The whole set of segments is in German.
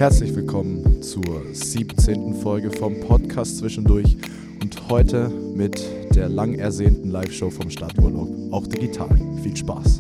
Herzlich willkommen zur 17. Folge vom Podcast Zwischendurch und heute mit der lang ersehnten Live-Show vom Stadturlaub, auch digital. Viel Spaß!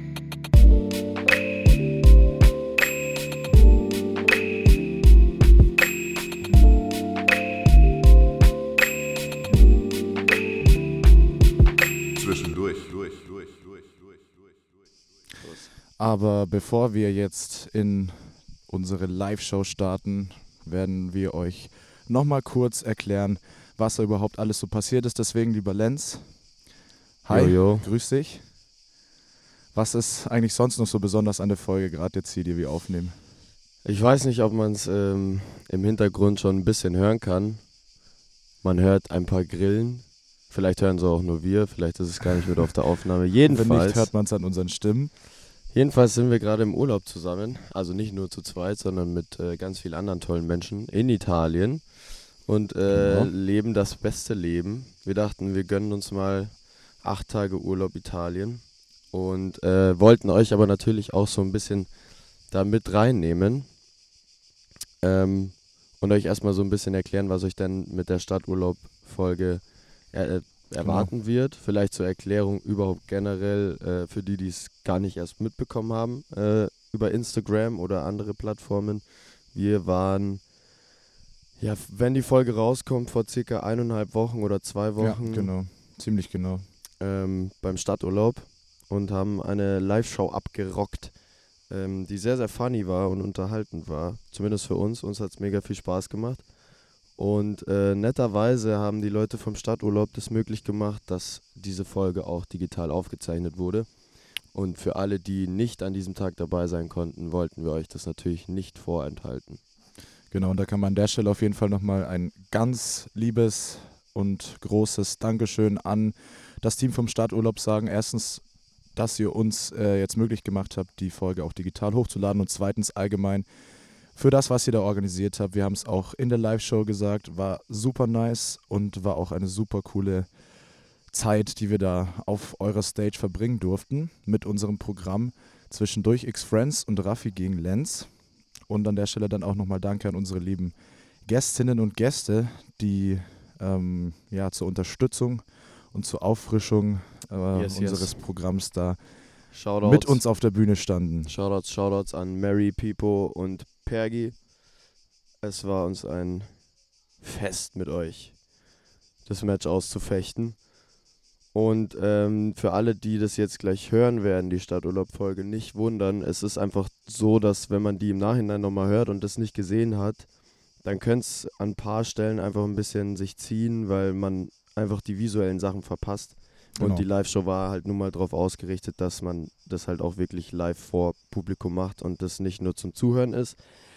Aber bevor wir jetzt in unsere Live-Show starten, werden wir euch nochmal kurz erklären, was da überhaupt alles so passiert ist. Deswegen, lieber Lenz, hi, Jojo. Grüß dich. Was ist eigentlich sonst noch so besonders an der Folge, gerade jetzt hier, die wir aufnehmen? Ich weiß nicht, ob man es im Hintergrund schon ein bisschen hören kann. Man hört ein paar Grillen. Vielleicht hören sie auch nur wir, vielleicht ist es gar nicht mit auf der Aufnahme. Wenn nicht, hört man es an unseren Stimmen. Jedenfalls sind wir gerade im Urlaub zusammen, also nicht nur zu zweit, sondern mit ganz vielen anderen tollen Menschen in Italien und leben das beste Leben. Wir dachten, wir gönnen uns mal 8 Tage Urlaub Italien und wollten euch aber natürlich auch so ein bisschen da mit reinnehmen und euch erstmal so ein bisschen erklären, was euch denn mit der Stadturlaub-Folge erwarten wird. Vielleicht zur Erklärung überhaupt generell für die, die es gar nicht erst mitbekommen haben, über Instagram oder andere Plattformen. Wir waren, ja, wenn die Folge rauskommt, vor circa 1,5 Wochen oder 2 Wochen. Ja, genau, ziemlich genau. Beim Stadturlaub und haben eine Live-Show abgerockt, die sehr, sehr funny war und unterhaltend war. Zumindest für uns. Uns hat es mega viel Spaß gemacht. Und netterweise haben die Leute vom Stadturlaub das möglich gemacht, dass diese Folge auch digital aufgezeichnet wurde. Und für alle, die nicht an diesem Tag dabei sein konnten, wollten wir euch das natürlich nicht vorenthalten. Genau, und da kann man an der Stelle auf jeden Fall nochmal ein ganz liebes und großes Dankeschön an das Team vom Stadturlaub sagen. Erstens, dass ihr uns jetzt möglich gemacht habt, die Folge auch digital hochzuladen und zweitens allgemein für das, was ihr da organisiert habt. Wir haben es auch in der Live-Show gesagt, war super nice und war auch eine super coole Zeit, die wir da auf eurer Stage verbringen durften mit unserem Programm Zwischendurch X-Friends und Raffi gegen Lenz. Und an der Stelle dann auch nochmal Danke an unsere lieben Gästinnen und Gäste, die zur Unterstützung und zur Auffrischung unseres Programms da Shoutouts, mit uns auf der Bühne standen. Shoutouts an Mary, Pipo und Pergi. Es war uns ein Fest mit euch, das Match auszufechten. Und für alle, die das jetzt gleich hören werden, die Stadturlaub-Folge, nicht wundern. Es ist einfach so, dass wenn man die im Nachhinein nochmal hört und das nicht gesehen hat, dann könnte es an ein paar Stellen einfach ein bisschen sich ziehen, weil man einfach die visuellen Sachen verpasst. Genau. Und die Live-Show war halt nun mal darauf ausgerichtet, dass man das halt auch wirklich live vor Publikum macht und das nicht nur zum Zuhören ist.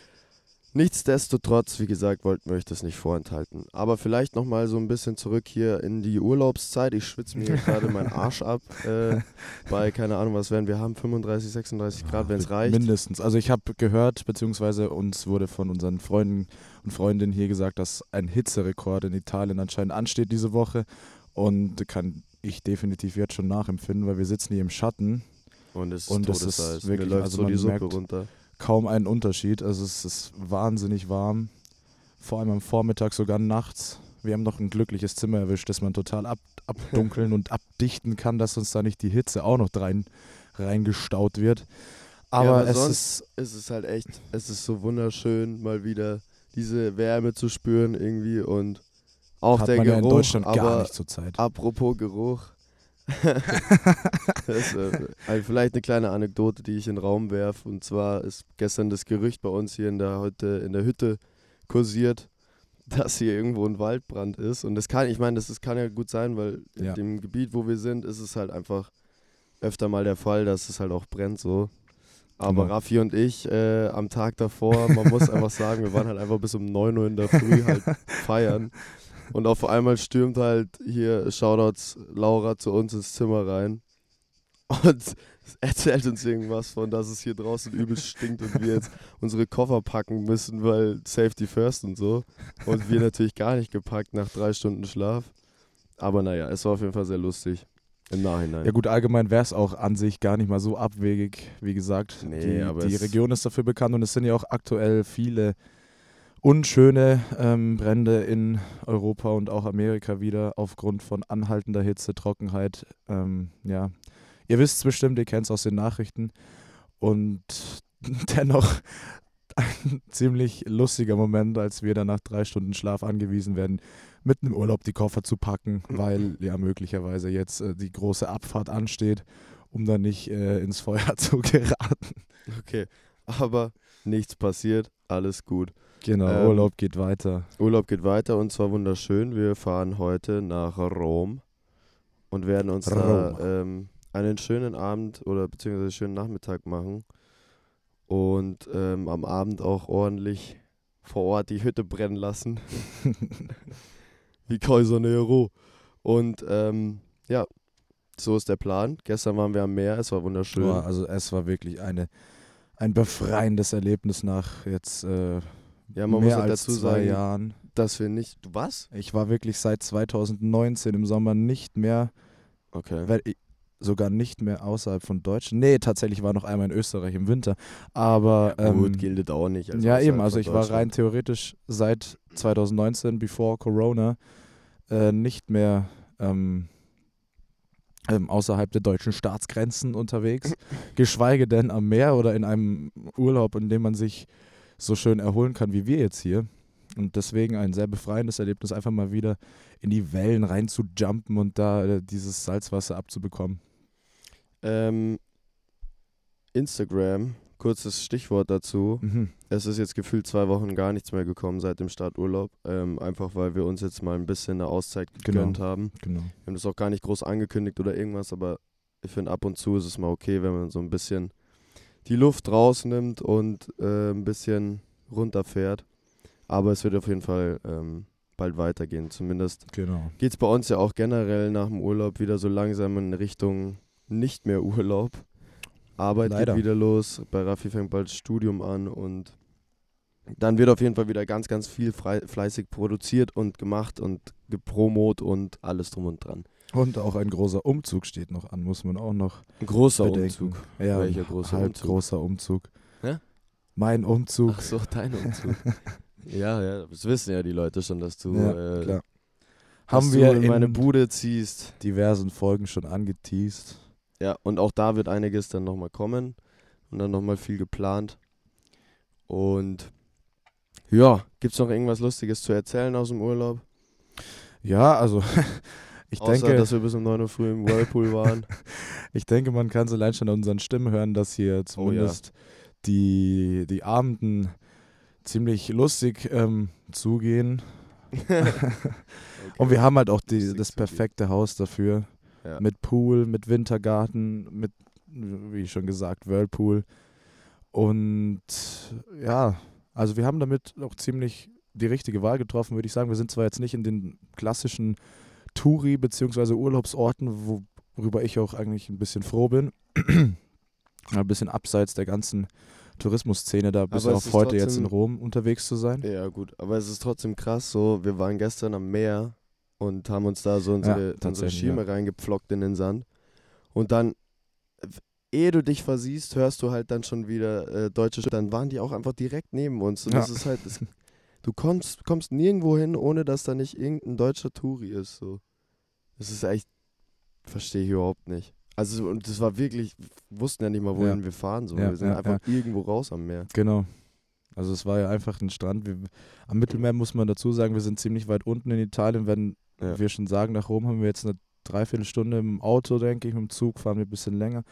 Nichtsdestotrotz, wie gesagt, wollten wir euch das nicht vorenthalten. Aber vielleicht nochmal so ein bisschen zurück hier in die Urlaubszeit. Ich schwitze mir gerade meinen Arsch ab bei, keine Ahnung, was werden wir haben, 35, 36 Grad, wenn es reicht. Mindestens. Also ich habe gehört, beziehungsweise uns wurde von unseren Freunden und Freundinnen hier gesagt, dass ein Hitzerekord in Italien anscheinend ansteht diese Woche. Und kann ich definitiv jetzt schon nachempfinden, weil wir sitzen hier im Schatten. Und es ist wirklich, mir läuft also so man die Suppe merkt runter. Kaum einen Unterschied. Also es ist wahnsinnig warm. Vor allem am Vormittag, sogar nachts. Wir haben noch ein glückliches Zimmer erwischt, das man total abdunkeln und abdichten kann, dass uns da nicht die Hitze auch noch reingestaut wird. Aber es ist halt echt, es ist so wunderschön, mal wieder diese Wärme zu spüren irgendwie und auch hat der man Geruch, ja in Deutschland aber gar nicht zur Zeit. apropos Geruch, das ist vielleicht eine kleine Anekdote, die ich in den Raum werfe. Und zwar ist gestern das Gerücht bei uns hier in der Hütte kursiert, dass hier irgendwo ein Waldbrand ist. Und das kann ja gut sein, weil in dem Gebiet, wo wir sind, ist es halt einfach öfter mal der Fall, dass es halt auch brennt so. Aber Genau. Raffi und ich am Tag davor, man muss einfach sagen, wir waren halt einfach bis um 9 Uhr in der Früh halt feiern. Und auf einmal stürmt halt hier, Shoutouts, Laura zu uns ins Zimmer rein und erzählt uns irgendwas von, dass es hier draußen übelst stinkt und wir jetzt unsere Koffer packen müssen, weil Safety First und so. Und wir natürlich gar nicht gepackt nach 3 Stunden Schlaf. Aber naja, es war auf jeden Fall sehr lustig. Im Nachhinein. Ja gut, allgemein wäre es auch an sich gar nicht mal so abwegig, wie gesagt. Nee, aber die es- Region ist dafür bekannt und es sind ja auch aktuell viele unschöne Brände in Europa und auch Amerika wieder aufgrund von anhaltender Hitze, Trockenheit. Ja, ihr wisst es bestimmt, ihr kennt es aus den Nachrichten. Und dennoch ein ziemlich lustiger Moment, als wir dann nach 3 Stunden Schlaf angewiesen werden, mitten im Urlaub die Koffer zu packen, weil ja möglicherweise jetzt die große Abfahrt ansteht, um dann nicht ins Feuer zu geraten. Okay, aber nichts passiert, alles gut. Genau, Urlaub geht weiter. Urlaub geht weiter und zwar wunderschön. Wir fahren heute nach Rom und werden uns da einen schönen Abend oder beziehungsweise schönen Nachmittag machen und am Abend auch ordentlich vor Ort die Hütte brennen lassen. Wie Kaiser Nero. Und ja, so ist der Plan. Gestern waren wir am Meer, es war wunderschön. Boah, also es war wirklich ein befreiendes Erlebnis nach jetzt Ja, man muss mehr halt als dazu 2 sagen, Jahren. dass wir nicht. Was? Ich war wirklich seit 2019 im Sommer nicht mehr, Okay. sogar nicht mehr außerhalb von Deutschland. Nee, tatsächlich war noch einmal in Österreich im Winter. Aber Gut, gilt auch nicht. ja, außerhalb eben, also von ich war rein Deutschland. theoretisch seit 2019, bevor Corona, nicht mehr außerhalb der deutschen Staatsgrenzen unterwegs, geschweige denn am Meer oder in einem Urlaub, in dem man sich so schön erholen kann wie wir jetzt hier. Und deswegen ein sehr befreiendes Erlebnis, einfach mal wieder in die Wellen rein zu jumpen und da dieses Salzwasser abzubekommen. Instagram, kurzes Stichwort dazu. Mhm. Es ist jetzt gefühlt 2 Wochen gar nichts mehr gekommen seit dem Starturlaub. Einfach weil wir uns jetzt mal ein bisschen eine Auszeit gegönnt haben. Genau. Wir haben das auch gar nicht groß angekündigt oder irgendwas, aber ich finde, ab und zu ist es mal okay, wenn man so ein bisschen die Luft rausnimmt und ein bisschen runterfährt. Aber es wird auf jeden Fall bald weitergehen. Zumindest Genau. geht es bei uns ja auch generell nach dem Urlaub wieder so langsam in Richtung nicht mehr Urlaub. Arbeit Leider. geht wieder los, bei Raffi fängt bald das Studium an und dann wird auf jeden Fall wieder ganz, ganz viel fleißig produziert und gemacht und gepromot und alles drum und dran. Und auch ein großer Umzug steht noch an, muss man auch noch Ein großer bedenken. Umzug. Ja, Welcher große halb Umzug? großer Umzug. Hä? Mein Umzug. Ach so, dein Umzug. ja, das wissen ja die Leute schon, dass du, Ja, klar. dass Haben du wir in meine in Bude ziehst. diversen Folgen schon angeteased. Ja, und auch da wird einiges dann nochmal kommen und dann nochmal viel geplant. Und ja, gibt's noch irgendwas Lustiges zu erzählen aus dem Urlaub? Ja, also ich Außer, denke, dass wir bis um 9 Uhr früh im Whirlpool waren. ich denke, man kann es allein schon an unseren Stimmen hören, dass hier zumindest die Abenden ziemlich lustig zugehen. Und wir haben halt auch Lustig das zugehen. perfekte Haus dafür. Ja. Mit Pool, mit Wintergarten, mit, wie schon gesagt, Whirlpool. Und ja, also wir haben damit auch ziemlich die richtige Wahl getroffen, würde ich sagen. Wir sind zwar jetzt nicht in den klassischen Touri- bzw. Urlaubsorten, worüber ich auch eigentlich ein bisschen froh bin. Ein bisschen abseits der ganzen Tourismusszene, da bis Aber es auf ist heute jetzt trotzdem- in Rom unterwegs zu sein. Ja, gut, aber es ist trotzdem krass, so, wir waren gestern am Meer und haben uns da so unsere tatsächlich, Schirme reingepflockt in den Sand. Und dann, ehe du dich versiehst, hörst du halt dann schon wieder deutsche Stimmen. Dann waren die auch einfach direkt neben uns. Und Ja. das ist halt, du kommst nirgendwo hin, ohne dass da nicht irgendein deutscher Touri ist. So. Das ist echt, verstehe ich überhaupt nicht. Also, und das war wirklich, wir wussten ja nicht mal, wohin wir fahren. So. Ja, Wir sind ja, einfach irgendwo raus am Meer. Genau. Also es war ja einfach ein Strand. Am Mittelmeer muss man dazu sagen, wir sind ziemlich weit unten in Italien. Wenn Ja. wir schon sagen, nach Rom haben wir jetzt eine Dreiviertelstunde im Auto, denke ich. Mit dem Zug fahren wir ein bisschen länger.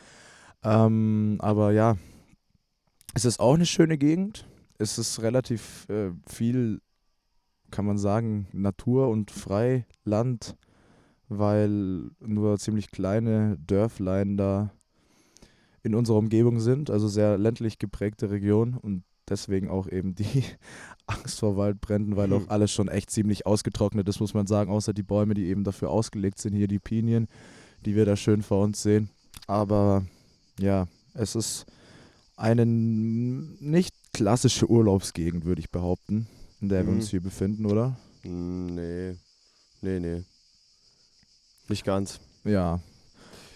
Aber ja, es ist auch eine schöne Gegend. Es ist relativ viel, kann man sagen, Natur und Freiland, weil nur ziemlich kleine Dörflein da in unserer Umgebung sind, also sehr ländlich geprägte Region und deswegen auch eben die Angst vor Waldbränden, weil auch alles schon echt ziemlich ausgetrocknet ist, muss man sagen, außer die Bäume, die eben dafür ausgelegt sind, hier die Pinien, die wir da schön vor uns sehen. Aber ja, es ist eine nicht klassische Urlaubsgegend, würde ich behaupten, in der wir uns hier befinden, oder? Nee. Nicht ganz. Ja.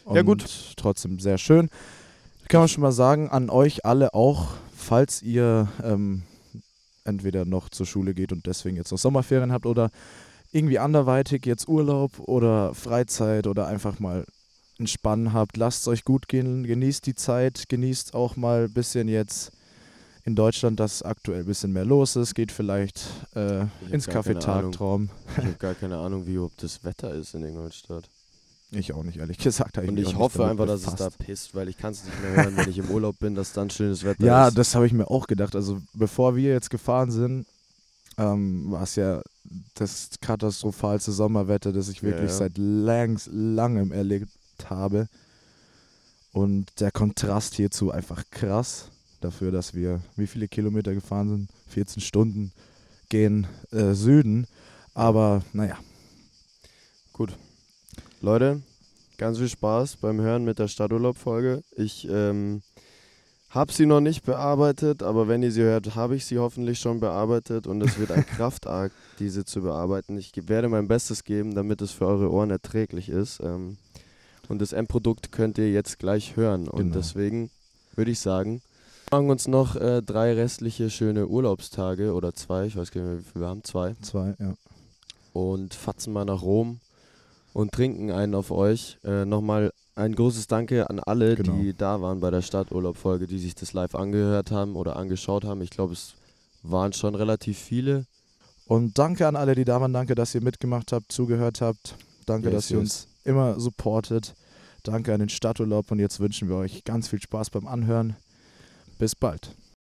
Und Ja, gut. trotzdem sehr schön. Kann man schon mal sagen, an euch alle auch, falls ihr entweder noch zur Schule geht und deswegen jetzt noch Sommerferien habt oder irgendwie anderweitig jetzt Urlaub oder Freizeit oder einfach mal entspannen habt, lasst es euch gut gehen, genießt die Zeit, genießt auch mal ein bisschen jetzt in Deutschland, dass aktuell ein bisschen mehr los ist, geht vielleicht ins Café Tagtraum. Ich habe gar keine Ahnung, wie überhaupt das Wetter ist in Ingolstadt. Ich auch nicht, ehrlich gesagt. Und ich hoffe einfach, dass es da pisst, weil ich kann es nicht mehr hören, wenn ich im Urlaub bin, dass dann schönes Wetter ist. Ja, das habe ich mir auch gedacht. Also bevor wir jetzt gefahren sind, war es ja das katastrophalste Sommerwetter, das ich wirklich seit langem erlebt habe. Und der Kontrast hierzu einfach krass. Dafür, dass wir, wie viele Kilometer gefahren sind? 14 Stunden gehen Süden. Aber naja. Gut. Leute, ganz viel Spaß beim Hören mit der Stadturlaub-Folge. Ich habe sie noch nicht bearbeitet, aber wenn ihr sie hört, habe ich sie hoffentlich schon bearbeitet und es wird ein Kraftakt, diese zu bearbeiten. Ich werde mein Bestes geben, damit es für eure Ohren erträglich ist. Und das Endprodukt könnt ihr jetzt gleich hören. Und deswegen würde ich sagen, wir machen uns noch 3 restliche schöne Urlaubstage oder 2, ich weiß gar nicht mehr, wie viele wir haben, 2. 2, ja. Und fatzen mal nach Rom und trinken einen auf euch. Nochmal ein großes Danke an alle, die da waren bei der Stadturlaub-Folge, die sich das live angehört haben oder angeschaut haben. Ich glaube, es waren schon relativ viele. Und danke an alle, die da waren. Danke, dass ihr mitgemacht habt, zugehört habt. Danke, dass ihr uns immer supportet. Danke an den Stadturlaub und jetzt wünschen wir euch ganz viel Spaß beim Anhören. Bis bald.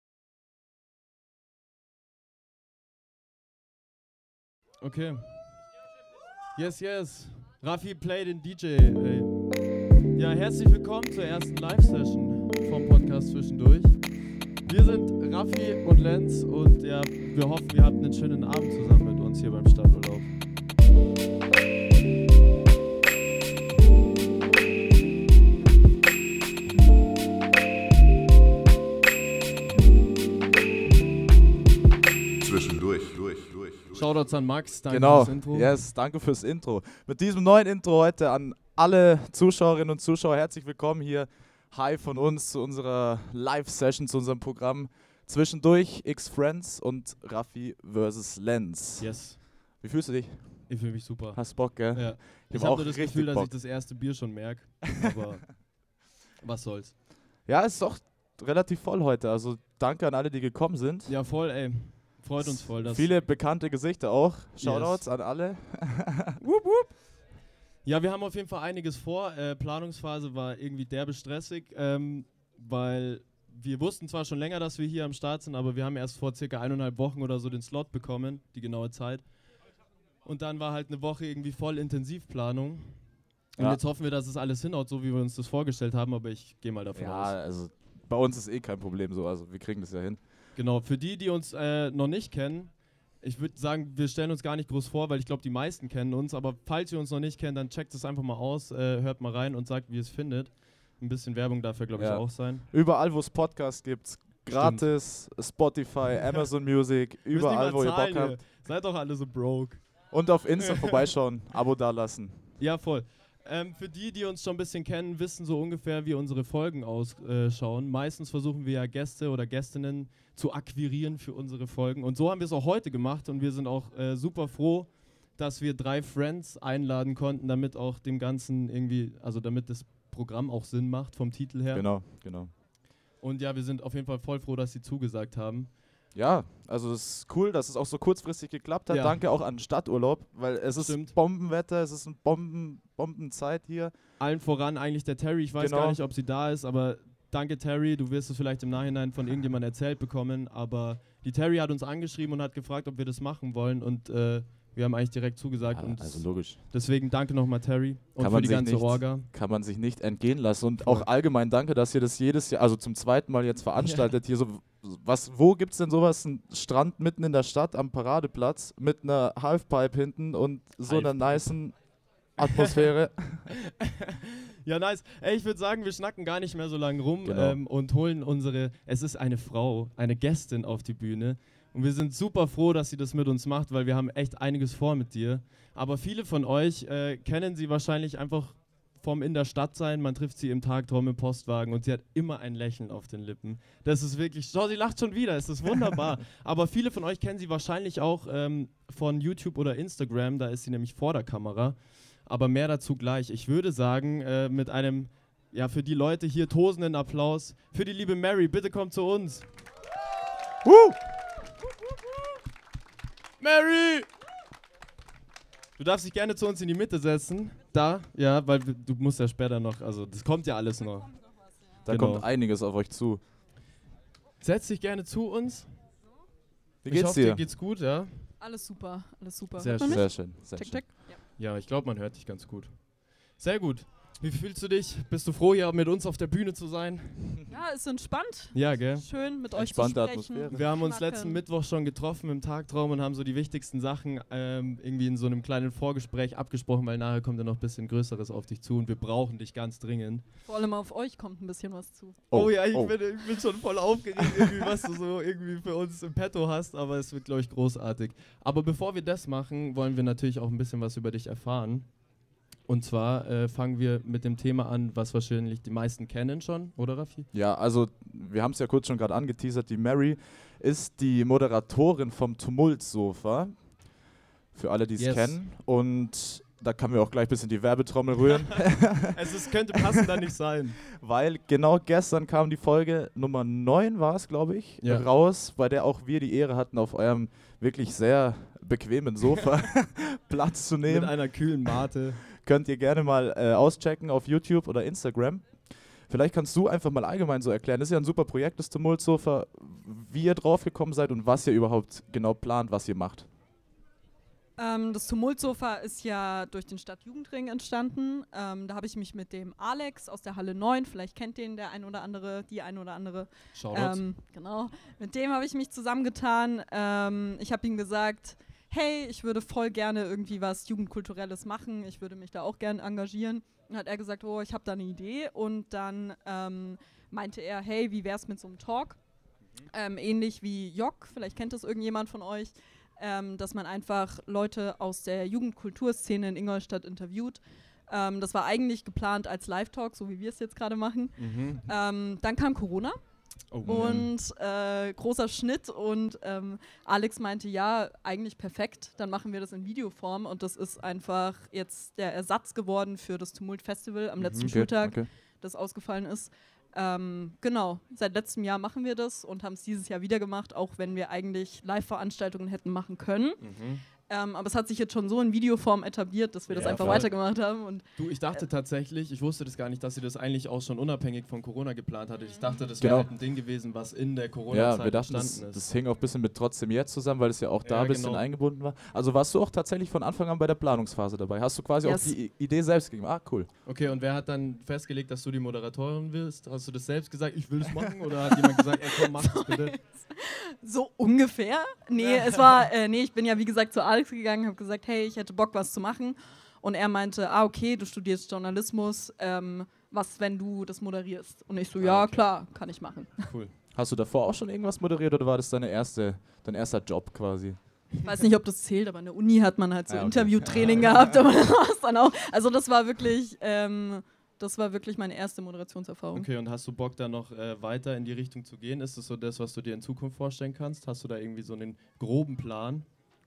Okay. Yes. Raffi, play den DJ. Ey. Ja, herzlich willkommen zur ersten Live-Session vom Podcast Zwischendurch. Wir sind Raffi und Lenz und ja, wir hoffen, ihr habt einen schönen Abend zusammen mit uns hier beim Stadturlaub. Shoutouts an Max, danke fürs Intro. Yes, danke fürs Intro. Mit diesem neuen Intro heute an alle Zuschauerinnen und Zuschauer herzlich willkommen hier. Hi von uns zu unserer Live-Session, zu unserem Programm Zwischendurch, X-Friends und Raffi vs. Lenz. Yes. Wie fühlst du dich? Ich fühle mich super. Hast Bock, gell? Ja. Ich habe nur das Gefühl, dass ich das erste Bier schon merke, aber was soll's. Ja, es ist doch relativ voll heute, also danke an alle, die gekommen sind. Ja, voll, ey. Freut uns voll. Dass viele bekannte Gesichter auch. Shoutouts an alle. Wup, wup. Ja, wir haben auf jeden Fall einiges vor. Planungsphase war irgendwie derbe stressig, weil wir wussten zwar schon länger, dass wir hier am Start sind, aber wir haben erst vor circa 1,5 Wochen oder so den Slot bekommen, die genaue Zeit. Und dann war halt eine Woche irgendwie voll Intensivplanung. Und jetzt hoffen wir, dass es alles hinhaut, so wie wir uns das vorgestellt haben, aber ich gehe mal davon aus. Ja, also bei uns ist kein Problem so, also wir kriegen das ja hin. Genau, für die uns noch nicht kennen, ich würde sagen, wir stellen uns gar nicht groß vor, weil ich glaube, die meisten kennen uns, aber falls ihr uns noch nicht kennt, dann checkt es einfach mal aus, hört mal rein und sagt, wie ihr es findet. Ein bisschen Werbung darf ja, glaube ich, auch sein. Überall, wo es Podcasts gibt, gratis, Spotify, Amazon Music, überall, wo ihr Bock habt. Seid doch alle so broke. Und auf Insta vorbeischauen, Abo dalassen. Ja, voll. Für die uns schon ein bisschen kennen, wissen so ungefähr, wie unsere Folgen ausschauen. Meistens versuchen wir ja Gäste oder Gästinnen zu akquirieren für unsere Folgen. Und so haben wir es auch heute gemacht und wir sind auch super froh, dass wir 3 Friends einladen konnten, damit auch dem Ganzen irgendwie, also damit das Programm auch Sinn macht vom Titel her. Genau. Und ja, wir sind auf jeden Fall voll froh, dass sie zugesagt haben. Ja, also es ist cool, dass es auch so kurzfristig geklappt hat. Ja. Danke auch an Stadturlaub, weil es ist Bombenwetter, es ist eine Bombenzeit hier. Allen voran eigentlich der Terry, ich weiß gar nicht, ob sie da ist, aber danke Terry, du wirst es vielleicht im Nachhinein von irgendjemandem erzählt bekommen, aber die Terry hat uns angeschrieben und hat gefragt, ob wir das machen wollen und wir haben eigentlich direkt zugesagt. Ja, und also logisch. Deswegen danke nochmal Terry und für die ganze Orga. Kann man sich nicht entgehen lassen und auch allgemein danke, dass ihr das jedes Jahr, also zum zweiten Mal jetzt veranstaltet hier so. Wo gibt es denn sowas? Ein Strand mitten in der Stadt am Paradeplatz mit einer Halfpipe hinten und so einer nicen Atmosphäre. Ja, nice. Ey, ich würde sagen, wir schnacken gar nicht mehr so lange rum und holen es ist eine Frau, eine Gästin auf die Bühne. Und wir sind super froh, dass sie das mit uns macht, weil wir haben echt einiges vor mit dir. Aber viele von euch kennen sie wahrscheinlich einfach vom in der Stadt sein, man trifft sie im Tagtraum im Postwagen und sie hat immer ein Lächeln auf den Lippen. Das ist wirklich, schau, sie lacht schon wieder, es ist wunderbar. Aber viele von euch kennen sie wahrscheinlich auch von YouTube oder Instagram, da ist sie nämlich vor der Kamera. Aber mehr dazu gleich. Ich würde sagen, mit einem, ja, für die Leute hier tosenden Applaus für die liebe Mary, bitte kommt zu uns. Mary! Du darfst dich gerne zu uns in die Mitte setzen. Da, ja, weil du musst ja später noch, also das kommt ja alles noch. Da Genau. kommt einiges auf euch zu. Setz dich gerne zu uns. Wie Ich geht's hoffe, dir? dir geht's gut, ja? Alles super, alles super. Sehr Hört man schön. mich? Sehr schön. Sehr Check, schön. check. Ja. Ja, ich glaube, man hört dich ganz gut. Sehr gut. Wie fühlst du dich? Bist du froh, hier mit uns auf der Bühne zu sein? Ja, ist entspannt. Ja, gell? Schön mit euch zu Entspannte sprechen. Atmosphäre. Wir haben uns Schnacken. letzten Mittwoch schon getroffen im Tagtraum und haben so die wichtigsten Sachen irgendwie in so einem kleinen Vorgespräch abgesprochen, weil nachher kommt ja noch ein bisschen Größeres auf dich zu und wir brauchen dich ganz dringend. Vor allem auf euch kommt ein bisschen was zu. Oh, ja, ich bin schon voll aufgeregt, irgendwie, was du so irgendwie für uns im Petto hast, aber es wird, glaube ich, großartig. Aber bevor wir das machen, wollen wir natürlich auch ein bisschen was über dich erfahren. Und zwar fangen wir mit dem Thema an, was wahrscheinlich die meisten kennen schon, oder Raffi? Ja, also wir haben es ja kurz schon gerade angeteasert, die Mary ist die Moderatorin vom Tumultsofa, für alle, die es Yes. kennen. Und da kann wir auch gleich ein bisschen die Werbetrommel rühren, Könnte passender nicht sein. weil genau gestern kam die Folge Nummer 9, war es, glaube ich, Ja. raus, bei der auch wir die Ehre hatten, auf eurem wirklich sehr bequemen Sofa Platz zu Mit nehmen. einer kühlen Mate. Könnt ihr gerne mal auschecken auf YouTube oder Instagram. Vielleicht kannst du einfach mal allgemein so erklären, das ist ja ein super Projekt, das Tumultsofa, wie ihr drauf gekommen seid und was ihr überhaupt genau plant, was ihr macht. Das Tumultsofa ist ja durch den Stadtjugendring entstanden. Da habe ich mich mit dem Alex aus der Halle 9, vielleicht kennt den der ein oder andere, die ein oder andere. Shoutouts. Genau, mit dem habe ich mich zusammengetan. Ich habe ihm gesagt, hey, ich würde voll gerne irgendwie was Jugendkulturelles machen. Ich würde mich da auch gerne engagieren. Dann hat er gesagt, oh, ich habe da eine Idee. Und dann meinte er, hey, wie wär's mit so einem Talk? Ähnlich wie Jock, vielleicht kennt das irgendjemand von euch. Dass man einfach Leute aus der Jugendkulturszene in Ingolstadt interviewt. Das war eigentlich geplant als Live-Talk, so wie wir es jetzt gerade machen. Mhm. Dann kam Corona Oh, und großer Schnitt und Alex meinte, ja, eigentlich perfekt, dann machen wir das in Videoform und das ist einfach jetzt der Ersatz geworden für das Tumult-Festival am letzten Schultag, das ausgefallen ist. Genau, seit letztem Jahr machen wir das und haben es dieses Jahr wieder gemacht, auch wenn wir eigentlich Live-Veranstaltungen hätten machen können. Mhm. Aber es hat sich jetzt schon so in Videoform etabliert, dass wir das Ja, einfach voll. weitergemacht haben. Und Du, ich dachte tatsächlich, ich wusste das gar nicht, dass ihr das eigentlich auch schon unabhängig von Corona geplant hattet. Ich dachte, das Genau. wäre halt ein Ding gewesen, was in der Ja, Corona-Zeit wir dachten, entstanden das ist. hing auch ein bisschen mit Trotzdem jetzt zusammen, weil es ja auch da Ja, ein bisschen genau. eingebunden war. Also warst du auch tatsächlich von Anfang an bei der Planungsphase dabei? Hast du quasi Yes. auch die Idee selbst gegeben? Ah, cool. Okay, und wer hat dann festgelegt, dass du die Moderatorin willst? Hast du das selbst gesagt, ich will es machen? Oder hat jemand gesagt, ey komm, mach das bitte? so ungefähr. Nee, es war, ich bin ja wie gesagt zu Alex gegangen, habe gesagt, hey, ich hätte Bock, was zu machen. Und er meinte, okay, du studierst Journalismus, was, wenn du das moderierst? Und ich so, ja, okay. klar, kann ich machen. Cool. Hast du davor auch schon irgendwas moderiert oder war das dein erster Job quasi? Ich weiß nicht, ob das zählt, aber in der Uni hat man halt so Ja, okay. Interviewtraining gehabt, aber das war's dann auch. Also das war wirklich meine erste Moderationserfahrung. Okay, und hast du Bock, da noch weiter in die Richtung zu gehen? Ist das so das, was du dir in Zukunft vorstellen kannst? Hast du da irgendwie so einen groben Plan?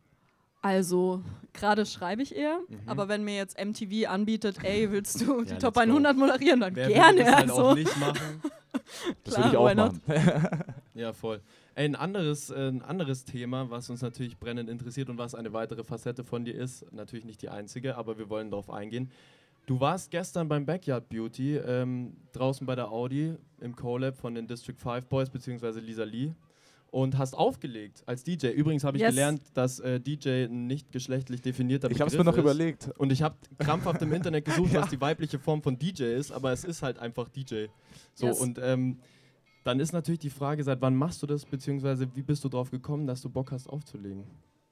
Also, gerade schreibe ich eher, aber wenn mir jetzt MTV anbietet, ey, willst du die Ja, Top let's go. 100 moderieren, dann Wer gerne. würde das halt Also. auch nicht machen? Das Klar, würde ich auch why not? machen. Ja, voll. Ey, ein anderes Thema, was uns natürlich brennend interessiert und was eine weitere Facette von dir ist, natürlich nicht die einzige, aber wir wollen darauf eingehen. Du warst gestern beim Backyard Beauty, draußen bei der Audi im Co-Lab von den District 5 Boys bzw. Lisa Lee und hast aufgelegt als DJ. Übrigens habe ich Yes. gelernt, dass DJ ein nicht geschlechtlich definierter Ich Begriff habe es mir noch ist. überlegt. Und ich habe krampfhaft im Internet gesucht, Ja. was die weibliche Form von DJ ist, aber es ist halt einfach DJ. So, Yes. und dann ist natürlich die Frage, seit wann machst du das, beziehungsweise wie bist du drauf gekommen, dass du Bock hast aufzulegen?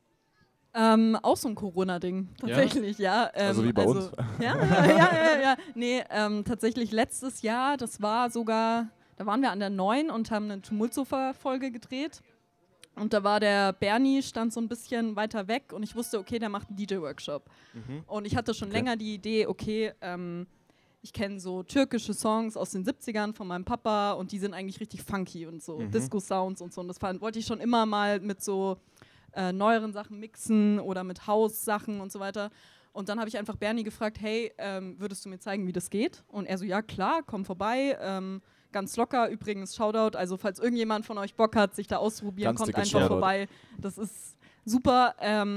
Auch so ein Corona-Ding, tatsächlich, ja. Also wie bei uns. Ja. Nee, tatsächlich letztes Jahr, das war sogar, da waren wir an der 9 und haben eine Tumultsofa-Folge gedreht. Und da war der Bernie, stand so ein bisschen weiter weg und ich wusste, okay, der macht einen DJ-Workshop. Und ich hatte schon Okay. länger die Idee, okay, ich kenne so türkische Songs aus den 70ern von meinem Papa und die sind eigentlich richtig funky und so Disco-Sounds und so. Und das wollte ich schon immer mal mit so neueren Sachen mixen oder mit House-Sachen und so weiter. Und dann habe ich einfach Bernie gefragt, hey, würdest du mir zeigen, wie das geht? Und er so, ja klar, komm vorbei. Ganz locker, übrigens, Shoutout. Also falls irgendjemand von euch Bock hat, sich da auszuprobieren, Ganz kommt dickes einfach Shoutout. vorbei. Das ist super.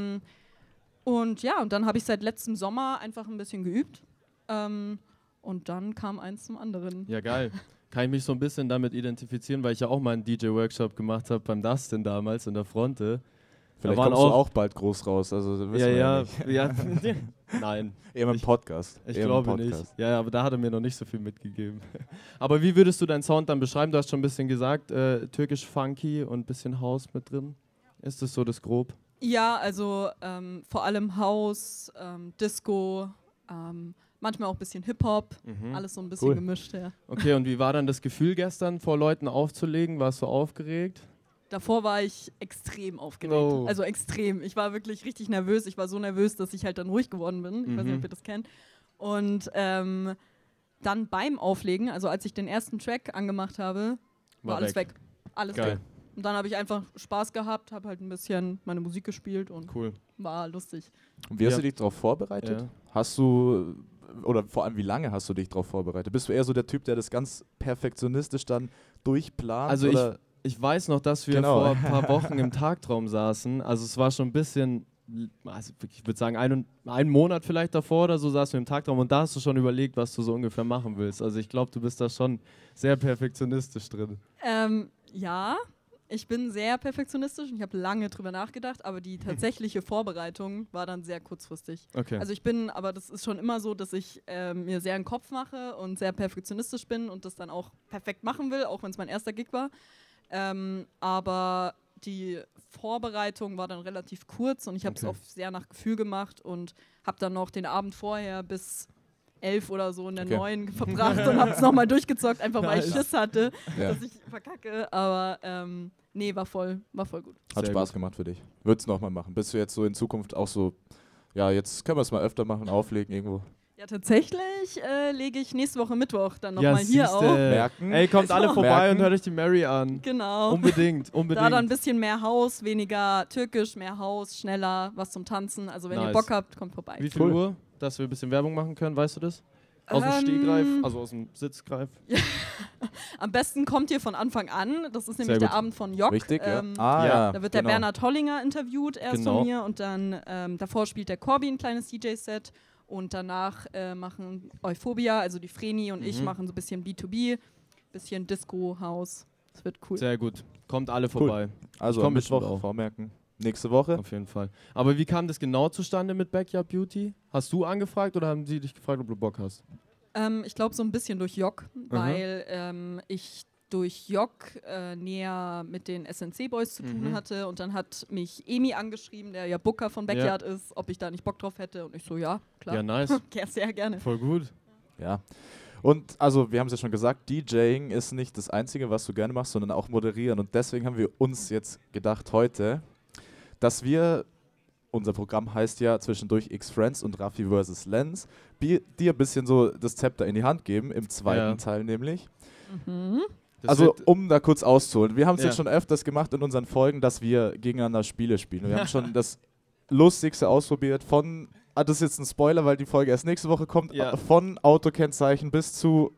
Und ja, und dann habe ich seit letztem Sommer einfach ein bisschen geübt. Und dann kam eins zum anderen. Ja, geil. Kann ich mich so ein bisschen damit identifizieren, weil ich ja auch mal einen DJ-Workshop gemacht habe beim Dustin damals in der Fronte. Vielleicht waren kommst du auch- auch bald groß raus. Also, das wissen wir Ja, nicht. ja. Nein, Eher im Podcast. ich Eher im glaube nicht. Podcast. Ja, aber da hat er mir noch nicht so viel mitgegeben. Aber wie würdest du deinen Sound dann beschreiben? Du hast schon ein bisschen gesagt, türkisch funky und ein bisschen House mit drin. Ist das so das grob? Ja, also vor allem House, Disco, manchmal auch ein bisschen Hip-Hop, alles so ein bisschen Cool. gemischt. Ja. Okay, und wie war dann das Gefühl gestern, vor Leuten aufzulegen? Warst du aufgeregt? Davor war ich extrem aufgeregt. Oh. Also extrem. Ich war wirklich richtig nervös. Ich war so nervös, dass ich halt dann ruhig geworden bin. Ich weiß nicht, ob ihr das kennt. Und dann beim Auflegen, also als ich den ersten Track angemacht habe, war alles weg. Alles Geil. weg. Und dann habe ich einfach Spaß gehabt, habe halt ein bisschen meine Musik gespielt und Cool. war lustig. Und wie hast Ja. du dich darauf vorbereitet? Ja. Hast du, oder vor allem wie lange hast du dich darauf vorbereitet? Bist du eher so der Typ, der das ganz perfektionistisch dann durchplant? Also oder? Ich weiß noch, dass wir Genau. vor ein paar Wochen im Tagtraum saßen. Also es war schon ein bisschen, also ich würde sagen einen Monat vielleicht davor oder so saßen wir im Tagtraum und da hast du schon überlegt, was du so ungefähr machen willst. Also ich glaube, du bist da schon sehr perfektionistisch drin. Ja, ich bin sehr perfektionistisch und ich habe lange drüber nachgedacht, aber die tatsächliche Vorbereitung war dann sehr kurzfristig. Okay. Also aber das ist schon immer so, dass ich mir sehr einen Kopf mache und sehr perfektionistisch bin und das dann auch perfekt machen will, auch wenn es mein erster Gig war. Aber die Vorbereitung war dann relativ kurz und ich habe es auch sehr nach Gefühl gemacht und habe dann noch den Abend vorher bis 11 oder so in der neuen verbracht und habe es nochmal durchgezockt, einfach weil ich Schiss hatte, Ja. dass ich verkacke. Aber nee, war voll gut. Hat Sehr Spaß gut. gemacht für dich. Würdest du nochmal machen? Bist du jetzt so in Zukunft auch so, ja, jetzt können wir es mal öfter machen, auflegen irgendwo? Ja, tatsächlich lege ich nächste Woche Mittwoch dann nochmal hier siehste. auf. Merken. Ey, kommt alle vorbei Merken. und hört euch die Mary an. Genau. Unbedingt. Da dann ein bisschen mehr Haus, weniger türkisch, mehr Haus, schneller, was zum Tanzen. Also wenn ihr Nice. Bock habt, kommt vorbei. Wie viel Cool. Uhr, dass wir ein bisschen Werbung machen können, weißt du das? Aus dem Stehgreif, also aus dem Sitzgreif. Am besten kommt ihr von Anfang an. Das ist Sehr nämlich der gut. Abend von Jock. Richtig, ja. ja. Ja. Da wird der genau. Bernhard Hollinger interviewt erst Genau. von mir und dann davor spielt der Corby ein kleines DJ-Set und danach machen Euphoria, also die Vreni und ich machen so ein bisschen B2B, bisschen Disco, House. Das wird cool. Sehr gut. Kommt alle vorbei. Also Ich am komm bestimmt Mittwoch auch. vormerken. Nächste Woche. Auf jeden Fall. Aber wie kam das genau zustande mit Backyard Beauty? Hast du angefragt oder haben sie dich gefragt, ob du Bock hast? Ich glaube so ein bisschen durch Jock, weil ich durch Jock näher mit den SNC Boys zu tun hatte und dann hat mich Emi angeschrieben, der ja Booker von Backyard ist, ob ich da nicht Bock drauf hätte und ich so, ja, klar. Ja, nice. Ja, sehr gerne. Voll gut. Ja. Und also, wir haben es ja schon gesagt, DJing ist nicht das Einzige, was du gerne machst, sondern auch moderieren. Und deswegen haben wir uns jetzt gedacht heute, dass wir, unser Programm heißt ja zwischendurch X-Friends und Raffi vs. Lenz, dir ein bisschen so das Zepter in die Hand geben, im zweiten Teil nämlich. Das Also, wird- um da kurz auszuholen. Wir haben es Ja. jetzt schon öfters gemacht in unseren Folgen, dass wir gegeneinander Spiele spielen. Wir haben schon das Lustigste ausprobiert von, das ist jetzt ein Spoiler, weil die Folge erst nächste Woche kommt, Ja. von Autokennzeichen bis zu,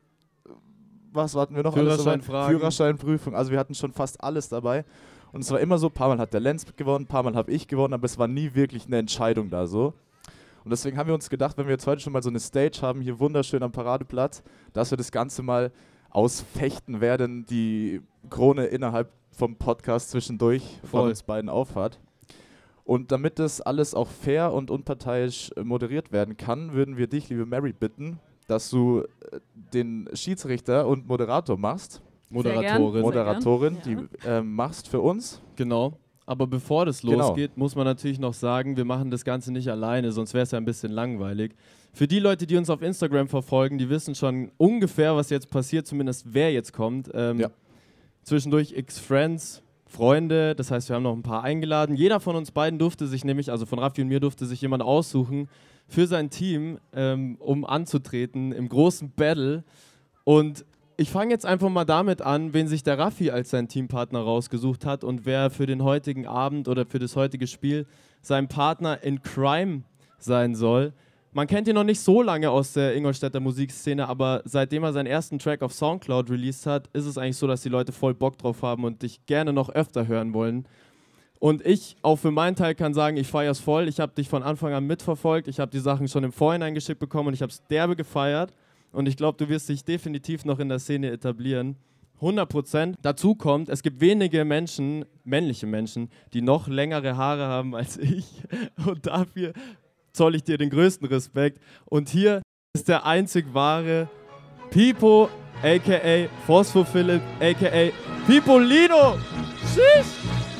was warten wir noch? alles dabei? Führerscheinfragen. Führerscheinprüfung. Also wir hatten schon fast alles dabei. Und es war immer so, ein paar Mal hat der Lenz gewonnen, ein paar Mal habe ich gewonnen, aber es war nie wirklich eine Entscheidung da so. Und deswegen haben wir uns gedacht, wenn wir jetzt heute schon mal so eine Stage haben, hier wunderschön am Paradeplatz, dass wir das Ganze mal ausfechten, wer denn die Krone innerhalb vom Podcast zwischendurch von Voll. uns beiden aufhat. Und damit das alles auch fair und unparteiisch moderiert werden kann, würden wir dich, liebe Mary, bitten, dass du den Schiedsrichter und Moderator machst. Moderatorin. Moderatorin, gern, die machst für uns. Genau. Aber bevor das Genau. losgeht, muss man natürlich noch sagen, wir machen das Ganze nicht alleine, sonst wäre es ja ein bisschen langweilig. Für die Leute, die uns auf Instagram verfolgen, die wissen schon ungefähr, was jetzt passiert, zumindest wer jetzt kommt. Ja. Zwischendurch X-Friends Freunde, das heißt, wir haben noch ein paar eingeladen. Jeder von uns beiden durfte sich nämlich, also von Raffi und mir durfte sich jemand aussuchen für sein Team, um anzutreten im großen Battle. Und ich fange jetzt einfach mal damit an, wen sich der Raffi als sein Teampartner rausgesucht hat und wer für den heutigen Abend oder für das heutige Spiel sein Partner in Crime sein soll. Man kennt ihn noch nicht so lange aus der Ingolstädter Musikszene, aber seitdem er seinen ersten Track auf Soundcloud released hat, ist es eigentlich so, dass die Leute voll Bock drauf haben und dich gerne noch öfter hören wollen. Und ich, auch für meinen Teil, kann sagen, ich feiere es voll. Ich habe dich von Anfang an mitverfolgt. Ich habe die Sachen schon im Vorhinein geschickt bekommen und ich habe es derbe gefeiert. Und ich glaube, du wirst dich definitiv noch in der Szene etablieren. 100%. Dazu kommt, es gibt wenige Menschen, männliche Menschen, die noch längere Haare haben als ich. Und dafür zoll ich dir den größten Respekt. Und hier ist der einzig wahre Pipo, a.k.a. Phosphor Philipp, a.k.a. Pipolino. Tschüss!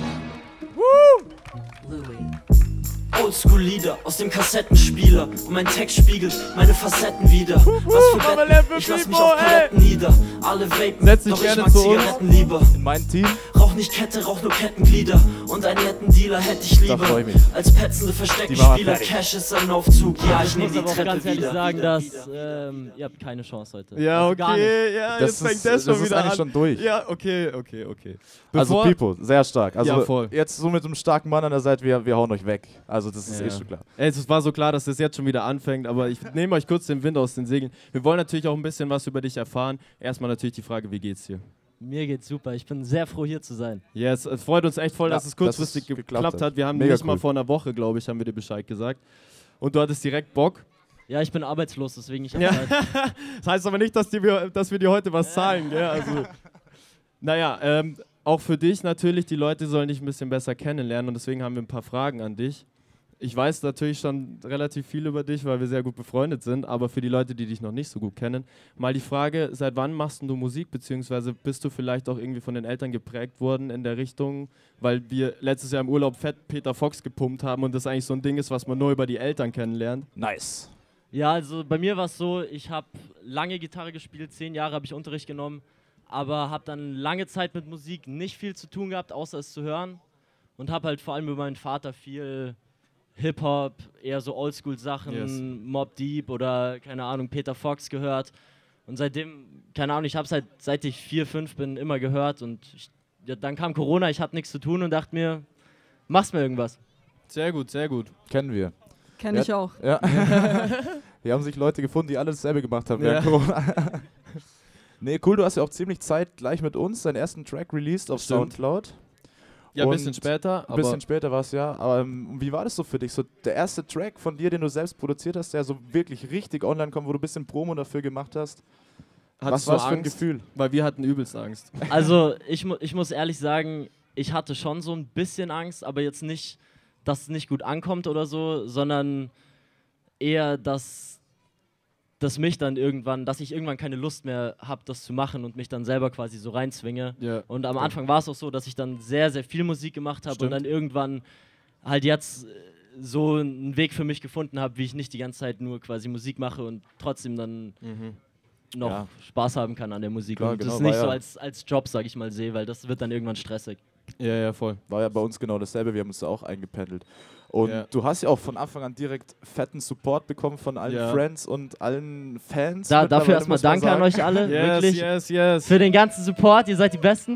Oldschool-Lieder aus dem Kassettenspieler und mein Text spiegelt meine Facetten wieder. Was für Betten, ich lass mich auf Paletten nieder. Alle vapen, Setz dich doch ich gerne mag zu uns. Zigaretten lieber. In meinem Team. Rauch nicht Kette, rauch nur Kettenglieder. Und einen netten Dealer hätte ich lieber. Da freu ich mich. Als petzende Versteckspieler, Cash ist ein Aufzug. Ja, ich Ich nehm muss die aber auch Treppe ganz ehrlich wieder. sagen, dass ihr habt keine Chance heute. Ja, Also gar nicht. okay, ja, jetzt fängt das schon ist wieder eigentlich an. schon durch. Ja, okay. Also Bevor- Pipo, sehr stark. Also Ja, voll. jetzt so mit einem starken Mann an der Seite, wir hauen euch weg. Also das ist Ja. schon klar. Ey, es war so klar, dass das jetzt schon wieder anfängt, aber ich nehme euch kurz den Wind aus den Segeln. Wir wollen natürlich auch ein bisschen was über dich erfahren. Erstmal natürlich die Frage, wie geht's dir? Mir geht's super. Ich bin sehr froh, hier zu sein. Yes, es freut uns echt voll, Ja, dass es kurzfristig dass es geklappt geklappt hat. Wir haben Mega nicht mal cool. vor einer Woche, glaube ich, haben wir dir Bescheid gesagt. Und du hattest direkt Bock. Ja, ich bin arbeitslos, deswegen ich hab Ja. Zeit. Das heißt aber nicht, dass wir dir heute was zahlen, gell? Also, naja, auch für dich natürlich, die Leute sollen dich ein bisschen besser kennenlernen und deswegen haben wir ein paar Fragen an dich. Ich weiß natürlich schon relativ viel über dich, weil wir sehr gut befreundet sind, aber für die Leute, die dich noch nicht so gut kennen, mal die Frage, seit wann machst du Musik, beziehungsweise bist du vielleicht auch irgendwie von den Eltern geprägt worden in der Richtung, weil wir letztes Jahr im Urlaub fett Peter Fox gepumpt haben und das eigentlich so ein Ding ist, was man nur über die Eltern kennenlernt. Nice. Ja, also bei mir war es so, ich habe lange Gitarre gespielt, 10 Jahre habe ich Unterricht genommen, aber habe dann lange Zeit mit Musik nicht viel zu tun gehabt, außer es zu hören. Und habe halt vor allem über meinen Vater viel Hip-Hop, eher so Oldschool-Sachen, Yes. Mobb Deep oder, keine Ahnung, Peter Fox gehört. Und seitdem, keine Ahnung, ich habe es halt, seit ich 4, 5 bin, immer gehört. Und dann kam Corona, ich hatte nichts zu tun und dachte mir, mach's mir irgendwas. Sehr gut, sehr gut. Kennen wir. Kenn ich auch. Ja. Hier haben sich Leute gefunden, die alle dasselbe gemacht haben Ja. während Corona. Nee, cool, du hast ja auch ziemlich Zeit gleich mit uns deinen ersten Track released auf Stimmt. Soundcloud. Ja, ein Und bisschen später, Ein aber bisschen später war es ja. Aber wie war das so für dich? So der erste Track von dir, den du selbst produziert hast, der so wirklich richtig online kommt, wo du ein bisschen Promo dafür gemacht hast. hattest Was war du das für ein Angst? Gefühl? Weil wir hatten übelst Angst. Also ich muss ehrlich sagen, ich hatte schon so ein bisschen Angst, aber jetzt nicht, dass es nicht gut ankommt oder so, sondern eher, dass ich irgendwann keine Lust mehr habe, das zu machen und mich dann selber quasi so reinzwinge. Ja. Und am Anfang war es auch so, dass ich dann sehr, sehr viel Musik gemacht habe und Stimmt. dann irgendwann halt jetzt so einen Weg für mich gefunden habe, wie ich nicht die ganze Zeit nur quasi Musik mache und trotzdem dann noch Ja. Spaß haben kann an der Musik Klar, und genau, das nicht war so ja- als Job, sag ich mal, sehe, weil das wird dann irgendwann stressig. Ja, ja, voll. War ja bei uns genau dasselbe, wir haben uns da auch eingependelt. Und Ja. du hast ja auch von Anfang an direkt fetten Support bekommen von allen Ja. Friends und allen Fans. Dafür mittlerweile, erstmal muss man danke an sagen. euch alle, wirklich, yes. für den ganzen Support, ihr seid die Besten.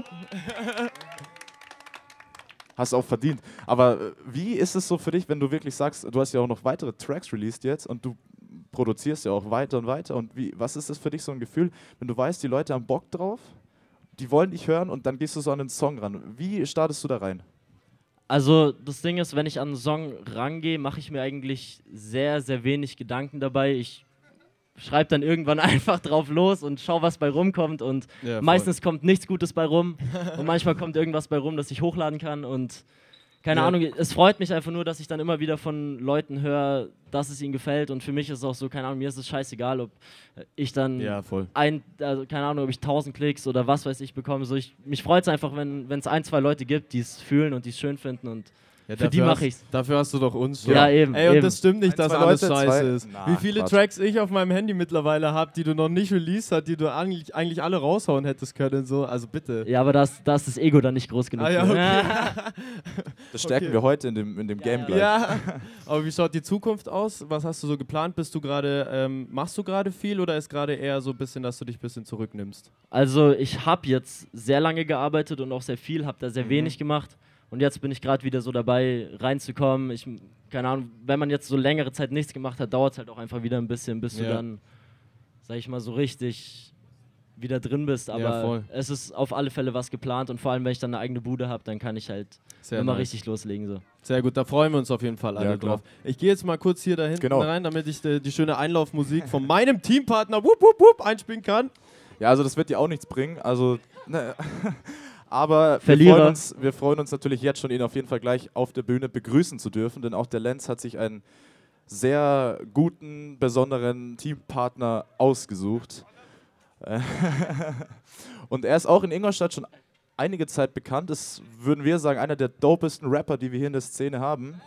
Hast auch verdient. Aber wie ist es so für dich, wenn du wirklich sagst, du hast ja auch noch weitere Tracks released jetzt und du produzierst ja auch weiter und weiter. Und was ist das für dich so ein Gefühl, wenn du weißt, die Leute haben Bock drauf, die wollen dich hören und dann gehst du so an den Song ran. Wie startest du da rein? Also das Ding ist, wenn ich an einen Song rangehe, mache ich mir eigentlich sehr, sehr wenig Gedanken dabei. Ich schreibe dann irgendwann einfach drauf los und schau, was bei rumkommt und Ja, voll. meistens kommt nichts Gutes bei rum und manchmal kommt irgendwas bei rum, das ich hochladen kann und keine Ja. Ahnung, es freut mich einfach nur, dass ich dann immer wieder von Leuten höre, dass es ihnen gefällt und für mich ist es auch so, keine Ahnung, mir ist es scheißegal, ob ich dann Ja, voll. keine Ahnung, ob ich 1000 Klicks oder was weiß ich bekomme. So mich freut es einfach, wenn es 1, 2 Leute gibt, die es fühlen und die es schön finden und Ja, Für die mache ich's. Dafür hast du doch uns schon. Ja, eben. Ey, und eben. das stimmt nicht, dass Zwei alles Leute, scheiße zwei- ist. Na, Wie viele Quatsch. Tracks ich auf meinem Handy mittlerweile habe, die du noch nicht released hast, die du eigentlich alle raushauen hättest können, so, also bitte. Ja, aber da ist das Ego dann nicht groß genug. Ah, ja, für. okay. Das stärken Okay. wir heute in dem Game gleich. Ja, aber wie schaut die Zukunft aus? Was hast du so geplant? Bist du gerade, machst du gerade viel oder ist gerade eher so ein bisschen, dass du dich ein bisschen zurücknimmst? Also ich habe jetzt sehr lange gearbeitet und auch sehr viel, habe da sehr Mhm. wenig gemacht. Und jetzt bin ich gerade wieder so dabei, reinzukommen. Keine Ahnung, wenn man jetzt so längere Zeit nichts gemacht hat, dauert es halt auch einfach wieder ein bisschen, bis du Ja. dann, sag ich mal, so richtig wieder drin bist. Aber voll. es ist auf alle Fälle was geplant und vor allem, wenn ich dann eine eigene Bude habe, dann kann ich halt Sehr immer nice. richtig loslegen. So. Sehr gut, da freuen wir uns auf jeden Fall alle Ja, klar. drauf. Ich gehe jetzt mal kurz hier da hinten Genau. rein, damit ich die schöne Einlaufmusik von meinem Teampartner wupp, wupp, wupp, einspielen kann. Ja, also das wird dir auch nichts bringen. Also, ne, aber Verlierer. wir freuen uns natürlich jetzt schon, ihn auf jeden Fall gleich auf der Bühne begrüßen zu dürfen, denn auch der Lenz hat sich einen sehr guten, besonderen Teampartner ausgesucht. Und er ist auch in Ingolstadt schon einige Zeit bekannt. Ist, würden wir sagen, einer der dopesten Rapper, die wir hier in der Szene haben.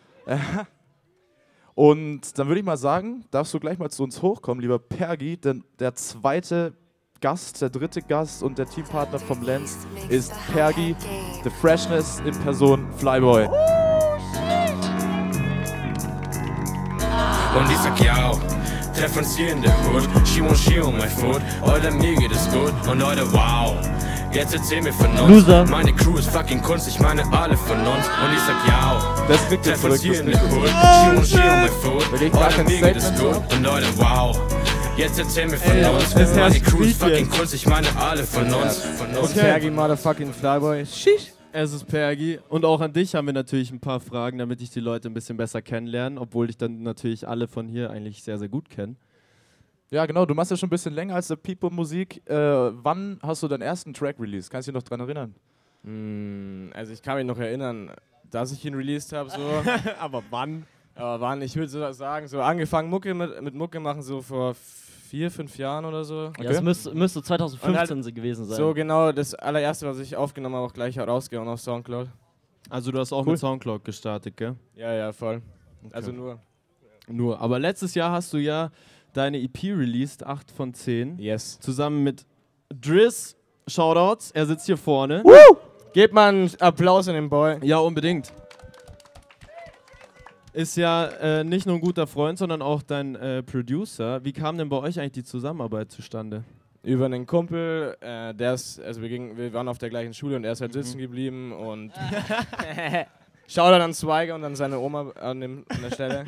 Und dann würde ich mal sagen, darfst du gleich mal zu uns hochkommen, lieber Pergi, denn der zweite Gast, der dritte Gast und der Teampartner vom Lenz ist Pergi, The Freshness in Person Flyboy. Und ich sag ja, treff uns hier in der Hood. She on my foot. Alter, mir geht es gut. Und Leute, wow. Jetzt erzähl mir von uns. Loser. Meine Crew ist fucking Kunst, ich meine alle von uns. Und ich sag ja, Das kriegt ihr treff uns zurück, hier das in kriegt der ihr Hood. zurück. She on my foot. Will ich gar Alter, kein mir geht es Statement gut. Und Leute, wow. Jetzt erzähl mir von uns. es Meine herrscht Crew ist Beat fucking jetzt. Kunst, ich meine alle von uns. Von uns. Okay. Motherfucking Flyboy. Shish. Es ist Pergi und auch an dich haben wir natürlich ein paar Fragen, damit ich die Leute ein bisschen besser kennenlerne, obwohl ich dann natürlich alle von hier eigentlich sehr, sehr gut kenne. Ja, genau, du machst ja schon ein bisschen länger als der People-Musik. Wann hast du deinen ersten Track released? Kannst du dich noch dran erinnern? Also ich kann mich noch erinnern, dass ich ihn released habe, so. Aber wann? Aber wann? Ich würde so sagen, so angefangen mit Mucke machen, so vor 4, 5 Jahren oder so. Ja, das müsste 2015 Und gewesen sein. So genau, das allererste, was ich aufgenommen habe, auch gleich rausgehauen auf Soundcloud. Also du hast auch Cool. mit Soundcloud gestartet, gell? Ja, ja, voll. Also nur. Aber letztes Jahr hast du ja deine EP released, 8 von 10, Yes. zusammen mit Driss. Shoutouts, er sitzt hier vorne. Gebt mal einen Applaus an den Boy. Ja, unbedingt. Ist ja nicht nur ein guter Freund, sondern auch dein Producer. Wie kam denn bei euch eigentlich die Zusammenarbeit zustande? Über einen Kumpel, wir waren auf der gleichen Schule und er ist halt sitzen geblieben und Shoutout an Swagger und an seine Oma an der Stelle.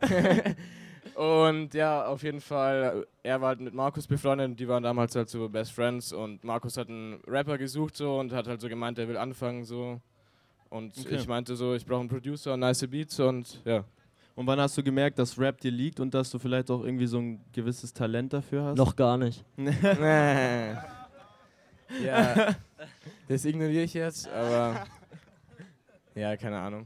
Und ja, auf jeden Fall, er war halt mit Markus befreundet, die waren damals halt so Best Friends und Markus hat einen Rapper gesucht so und hat halt so gemeint, er will anfangen so. Und Okay. ich meinte so, ich brauche einen Producer, nice Beats und ja. Und wann hast du gemerkt, dass Rap dir liegt und dass du vielleicht auch irgendwie so ein gewisses Talent dafür hast? Noch gar nicht. Ja, das ignoriere ich jetzt, aber ja, keine Ahnung.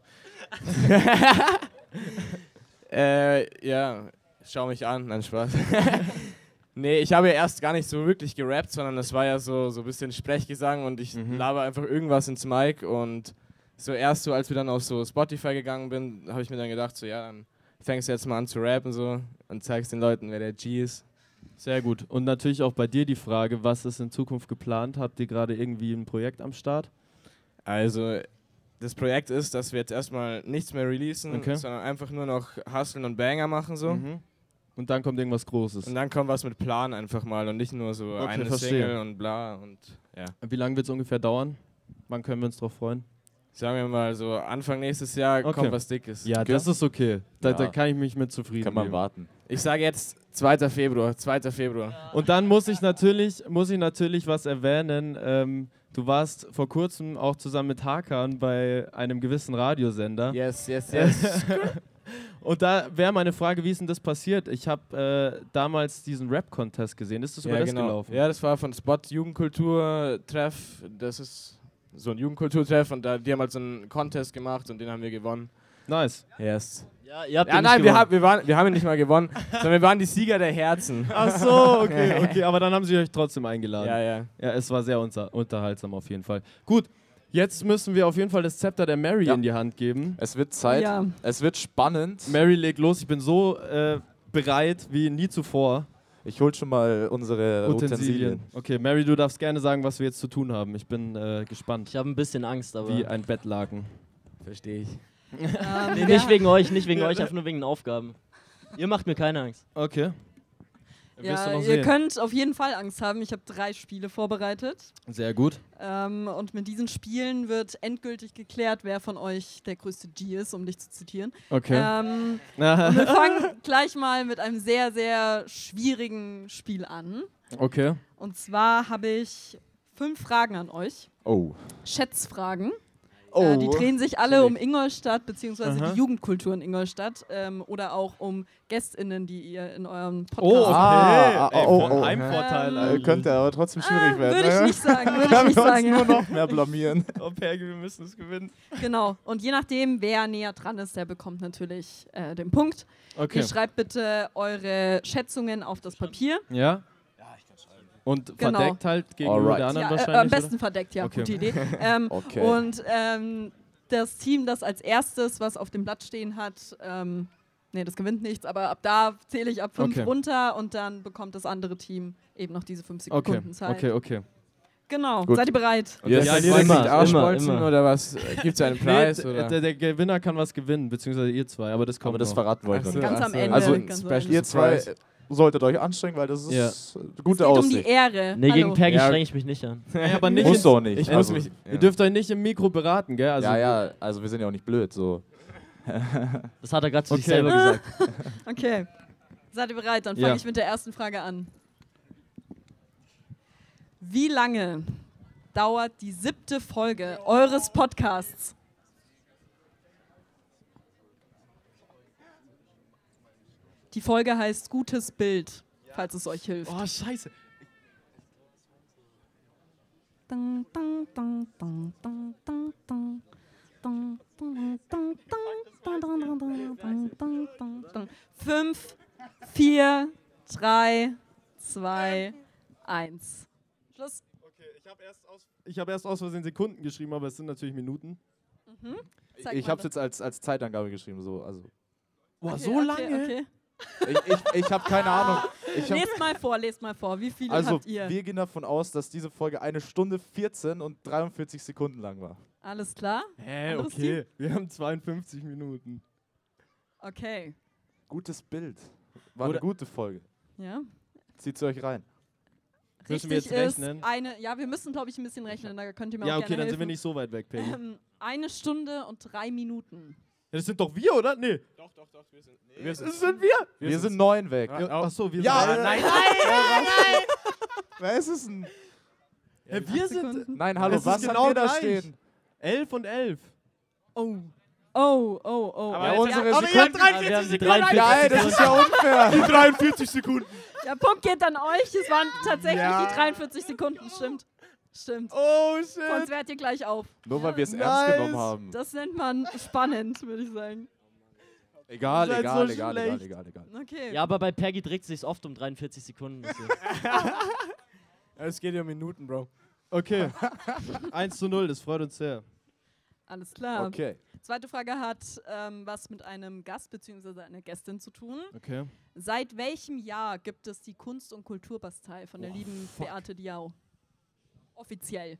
Ja, schau mich an, nein, Spaß. Nee, ich habe ja erst gar nicht so wirklich gerappt, sondern das war ja so ein bisschen Sprechgesang und ich laber einfach irgendwas ins Mic und so erst so, als wir dann auf so Spotify gegangen bin, habe ich mir dann gedacht, so ja, dann fängst du jetzt mal an zu rappen so und zeigst den Leuten, wer der G ist. Sehr gut. Und natürlich auch bei dir die Frage, was ist in Zukunft geplant? Habt ihr gerade irgendwie ein Projekt am Start? Also, das Projekt ist, dass wir jetzt erstmal nichts mehr releasen, Okay. sondern einfach nur noch hustlen und Banger machen so. Und dann kommt irgendwas Großes. Und dann kommt was mit Plan einfach mal und nicht nur so Okay, eine verstehe. Single und bla und ja. Wie lange wird es ungefähr dauern? Wann können wir uns drauf freuen? Sagen wir mal so, Anfang nächstes Jahr Okay. kommt was Dickes. Ja, Okay. das ist okay. Da Ja. kann ich mich mit zufrieden Kann man geben. warten. Ich sage jetzt 2. Februar. Und dann muss ich natürlich was erwähnen. Du warst vor kurzem auch zusammen mit Hakan bei einem gewissen Radiosender. Yes. Und da wäre meine Frage, wie ist denn das passiert? Ich habe damals diesen Rap-Contest gesehen. Ist das über Ja, das genau. gelaufen? Ja, das war von Spot Jugendkulturtreff. Das ist so ein Jugendkulturtreff und die haben halt so einen Contest gemacht und den haben wir gewonnen. Nice. Yes. Ja, ihr habt Ja, ihn nein, nicht gewonnen. wir haben ihn nicht mal gewonnen, sondern wir waren die Sieger der Herzen. Ach so, okay. Aber dann haben sie euch trotzdem eingeladen. Ja. Ja, es war sehr unterhaltsam auf jeden Fall. Gut, Jetzt müssen wir auf jeden Fall das Zepter der Mary in die Hand geben. Es wird Zeit, Ja. es wird spannend. Mary, leg los. Ich bin so bereit wie nie zuvor. Ich hol schon mal unsere Utensilien. Okay, Mary, du darfst gerne sagen, was wir jetzt zu tun haben. Ich bin gespannt. Ich habe ein bisschen Angst, aber Wie ein Bettlaken. Verstehe ich. nee, nicht wegen euch, einfach nur wegen den Aufgaben. Ihr macht mir keine Angst. Okay. Wirst du Ja, noch ihr sehen. könnt auf jeden Fall Angst haben. Ich habe 3 Spiele vorbereitet. Sehr gut. Und mit diesen Spielen wird endgültig geklärt, wer von euch der größte G ist, um dich zu zitieren. Okay. Und wir fangen gleich mal mit einem sehr, sehr schwierigen Spiel an. Okay. Und zwar habe ich 5 Fragen an euch. Oh. Schätzfragen. Oh. Die drehen sich alle um Ingolstadt, beziehungsweise Aha. die Jugendkultur in Ingolstadt. Oder auch um GästInnen, die ihr in eurem Podcast Oh, okay. Ah, Ey, oh, von oh. Heimvorteil. Könnte aber trotzdem schwierig werden. Würde ich ne? nicht sagen, würde ich Können nicht wir uns sagen. nur noch mehr blamieren. Oh, Pergi, wir müssen es gewinnen. Genau. Und je nachdem, wer näher dran ist, der bekommt natürlich den Punkt. Okay. Ihr schreibt bitte eure Schätzungen auf das Papier. Ja? Und Genau. verdeckt halt gegenüber Alright. der anderen Ja, wahrscheinlich? am besten verdeckt, ja, Okay. gute Idee. Okay. Und das Team, das als erstes was auf dem Blatt stehen hat, nee, das gewinnt nichts, aber ab da zähle ich ab 5 Okay. runter und dann bekommt das andere Team eben noch diese 5 Okay, Sekunden Zeit. okay. Genau, Gut. seid ihr bereit? Wir Ja, sind jeder immer, kriegt Arschbolzen immer. oder was? Gibt es einen Preis? Nee, oder? der Gewinner kann was gewinnen, beziehungsweise ihr zwei, aber das kommt Aber das noch. verraten wir euch Ach noch so. nicht. Ganz am Ende. Also, ganz am Special Ende. Ihr zwei Surprise. solltet euch anstrengen, weil das ist Ja. eine Es gute geht um die Aussicht. Ehre. Nee, gegen Hallo. Pergy Ja. strenge ich mich nicht an. Ja, aber nicht Muss doch nicht. Ich also, muss mich. Ihr dürft euch nicht im Mikro beraten, gell? Also, ja, also wir sind ja auch nicht blöd. So. Das hat er gerade zu sich Okay. selber gesagt. Okay, seid ihr bereit? Dann Ja. fange ich mit der ersten Frage an. Wie lange dauert die 7. Folge eures Podcasts? Die Folge heißt Gutes Bild, falls es euch hilft. Oh, scheiße. Dun, dun, dun, dun, dun, dun, dun. Dun, dun, dun, dun, dun, dun, dun, dun, dun, dun, dun. 5, 4, 3, 2, 1. Schluss. Okay, ich habe erst aus Versehen Sekunden geschrieben, aber es sind natürlich Minuten. Zeig Ich mal habe es jetzt als Zeitangabe geschrieben. So. Also, Boah, Okay, so okay, lange? Okay. ich habe keine Ahnung. Lest mal vor. Wie viele Also habt ihr? wir gehen davon aus, dass diese Folge 1 Stunde 14 und 43 Sekunden lang war. Alles klar? Hä, Anderes okay. Wir haben 52 Minuten. Okay. Gutes Bild. War Oder- eine gute Folge. Ja. Zieht sie euch rein. Müssen wir Richtig jetzt ist rechnen? ja, wir müssen, glaube ich, ein bisschen rechnen. Da könnt ihr mir Ja, auch okay, gerne dann sind wir helfen. nicht so weit weg, Peggy. 1 Stunde und 3 Minuten. Ja, das sind doch wir, oder? Nee. Doch, wir sind. Wir Das sind wir? Wir sind 9 weg. Ja, achso, wir Ja, sind. nein. Wer ist es denn? Hä, wir Sekunden. sind. Nein, hallo, Es ist was genau habt ihr da gleich. stehen? 11 und 11. Oh. Ja, unsere aber ihr habt Sekunden. Wir haben die 43 Geil, das ist ja unfair. 43 Sekunden. Ja, Punkt geht an euch. Es waren tatsächlich Ja. die 43 Sekunden. Stimmt. Oh, shit. Sonst wärt ihr gleich auf. Nur weil wir es Nice. ernst genommen haben. Das nennt man spannend, würde ich sagen. Egal, Ihr seid egal, so egal, schlecht. egal. Okay. Ja, aber bei Pergy dreht es sich oft um 43 Sekunden. deswegen. Es geht ja um Minuten, Bro. Okay. 1:0, das freut uns sehr. Alles klar. Okay. Zweite Frage hat was mit einem Gast bzw. einer Gästin zu tun. Okay. Seit welchem Jahr gibt es die Kunst- und Kulturbastei von der lieben Beate Diau? Offiziell.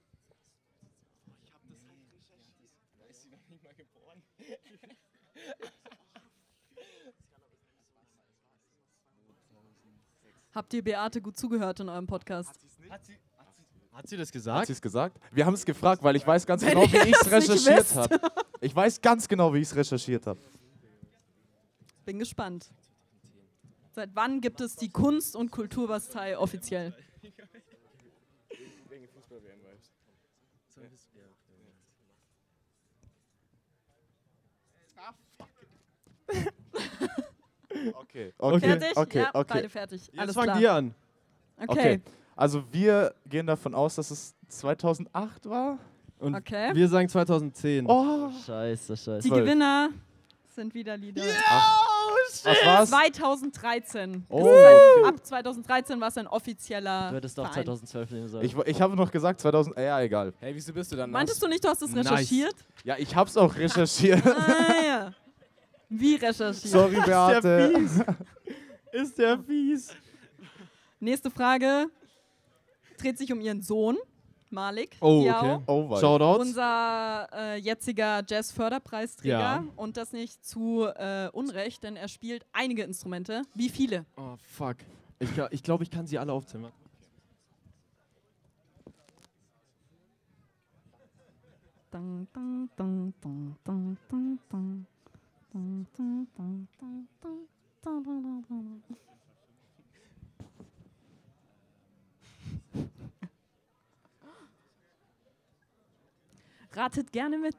Habt ihr Beate gut zugehört in eurem Podcast? Hat sie das Hat gesagt? sie es gesagt? Wir haben es gefragt, weil ich weiß ganz genau, wie ihr ich es es nicht recherchiert wisst. habe. Ich weiß ganz genau, wie ich es recherchiert habe. Bin gespannt. Seit wann gibt es die Kunst- und Kulturbastei offiziell? Okay. Fertig? Okay, Ja, okay. beide fertig. Jetzt Alles fangt klar. ihr an. Okay. Also wir gehen davon aus, dass es 2008 war. Und Okay. wir sagen 2010. Oh, Scheiße. Die 12. Gewinner sind wieder Lieder. Oh, Was war's? 2013. Oh, Es ist okay. ab 2013 war es ein offizieller Du hättest doch Verein. 2012 nehmen sollen. Ich habe noch gesagt 2000. Ja, egal. Hey, wieso bist du dann Meintest du nicht, du hast es Nice. recherchiert? Ja, ich hab's auch recherchiert. Ah, ja. Wie recherchiert? Sorry, Beate. Ist der fies. Nächste Frage dreht sich um ihren Sohn, Malik Oh, Diao. okay. Oh, wei. Shoutouts. Unser jetziger Jazz-Förderpreisträger. Ja. Und das nicht zu Unrecht, denn er spielt einige Instrumente. Wie viele? Oh, fuck. Ich glaube, ich kann sie alle aufzählen. Dun, dun, dun, dun, dun, dun, dun. Dun, dun, dun, dun, dun, dun, dun, dun. Ratet gerne mit.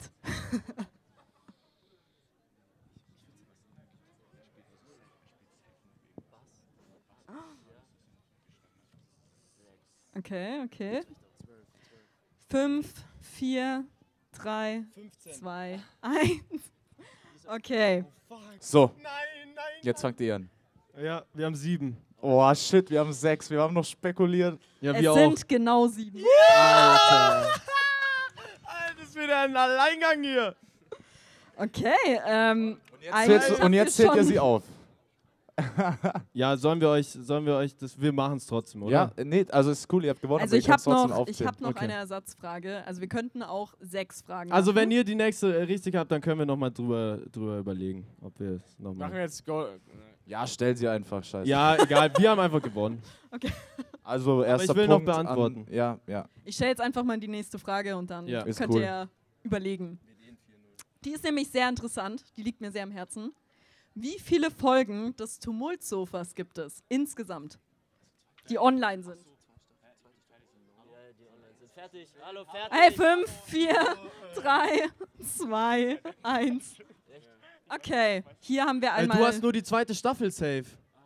Okay. 5, 4, 3, 2, 1. Okay. So, Nein. jetzt fangt ihr an. Ja, wir haben 7. Oh, shit, wir haben 6. Wir haben noch spekuliert. Ja, Es wir auch. sind genau 7. Alter, das ist wieder ein Alleingang hier. Okay. Und jetzt zählt ihr sie auf. Ja, sollen wir euch das, wir machen es trotzdem, oder? Ja, nee, also ist cool, ihr habt gewonnen, Also aber ich ihr könnt's habe trotzdem noch, aufzählen. hab noch Okay. eine Ersatzfrage. Also wir könnten auch 6 Fragen Also machen. wenn ihr die nächste richtig habt, dann können wir nochmal drüber überlegen, ob wir es Machen nochmal... wir jetzt Go. Ja, stell sie einfach, scheiße. Ja, egal, wir haben einfach gewonnen. Also erster ich will noch Punkt beantworten. Ja. Ich stelle jetzt einfach mal die nächste Frage und dann Ja. Ist könnt cool. ihr überlegen. Die ist nämlich sehr interessant. Die liegt mir sehr am Herzen. Wie viele Folgen des Tumultsofas gibt es insgesamt, die online sind? Fertig. Hallo, fertig. Hey, 5, 4, 3, 2, 1. Okay, hier haben wir einmal... Du hast nur die zweite Staffel safe.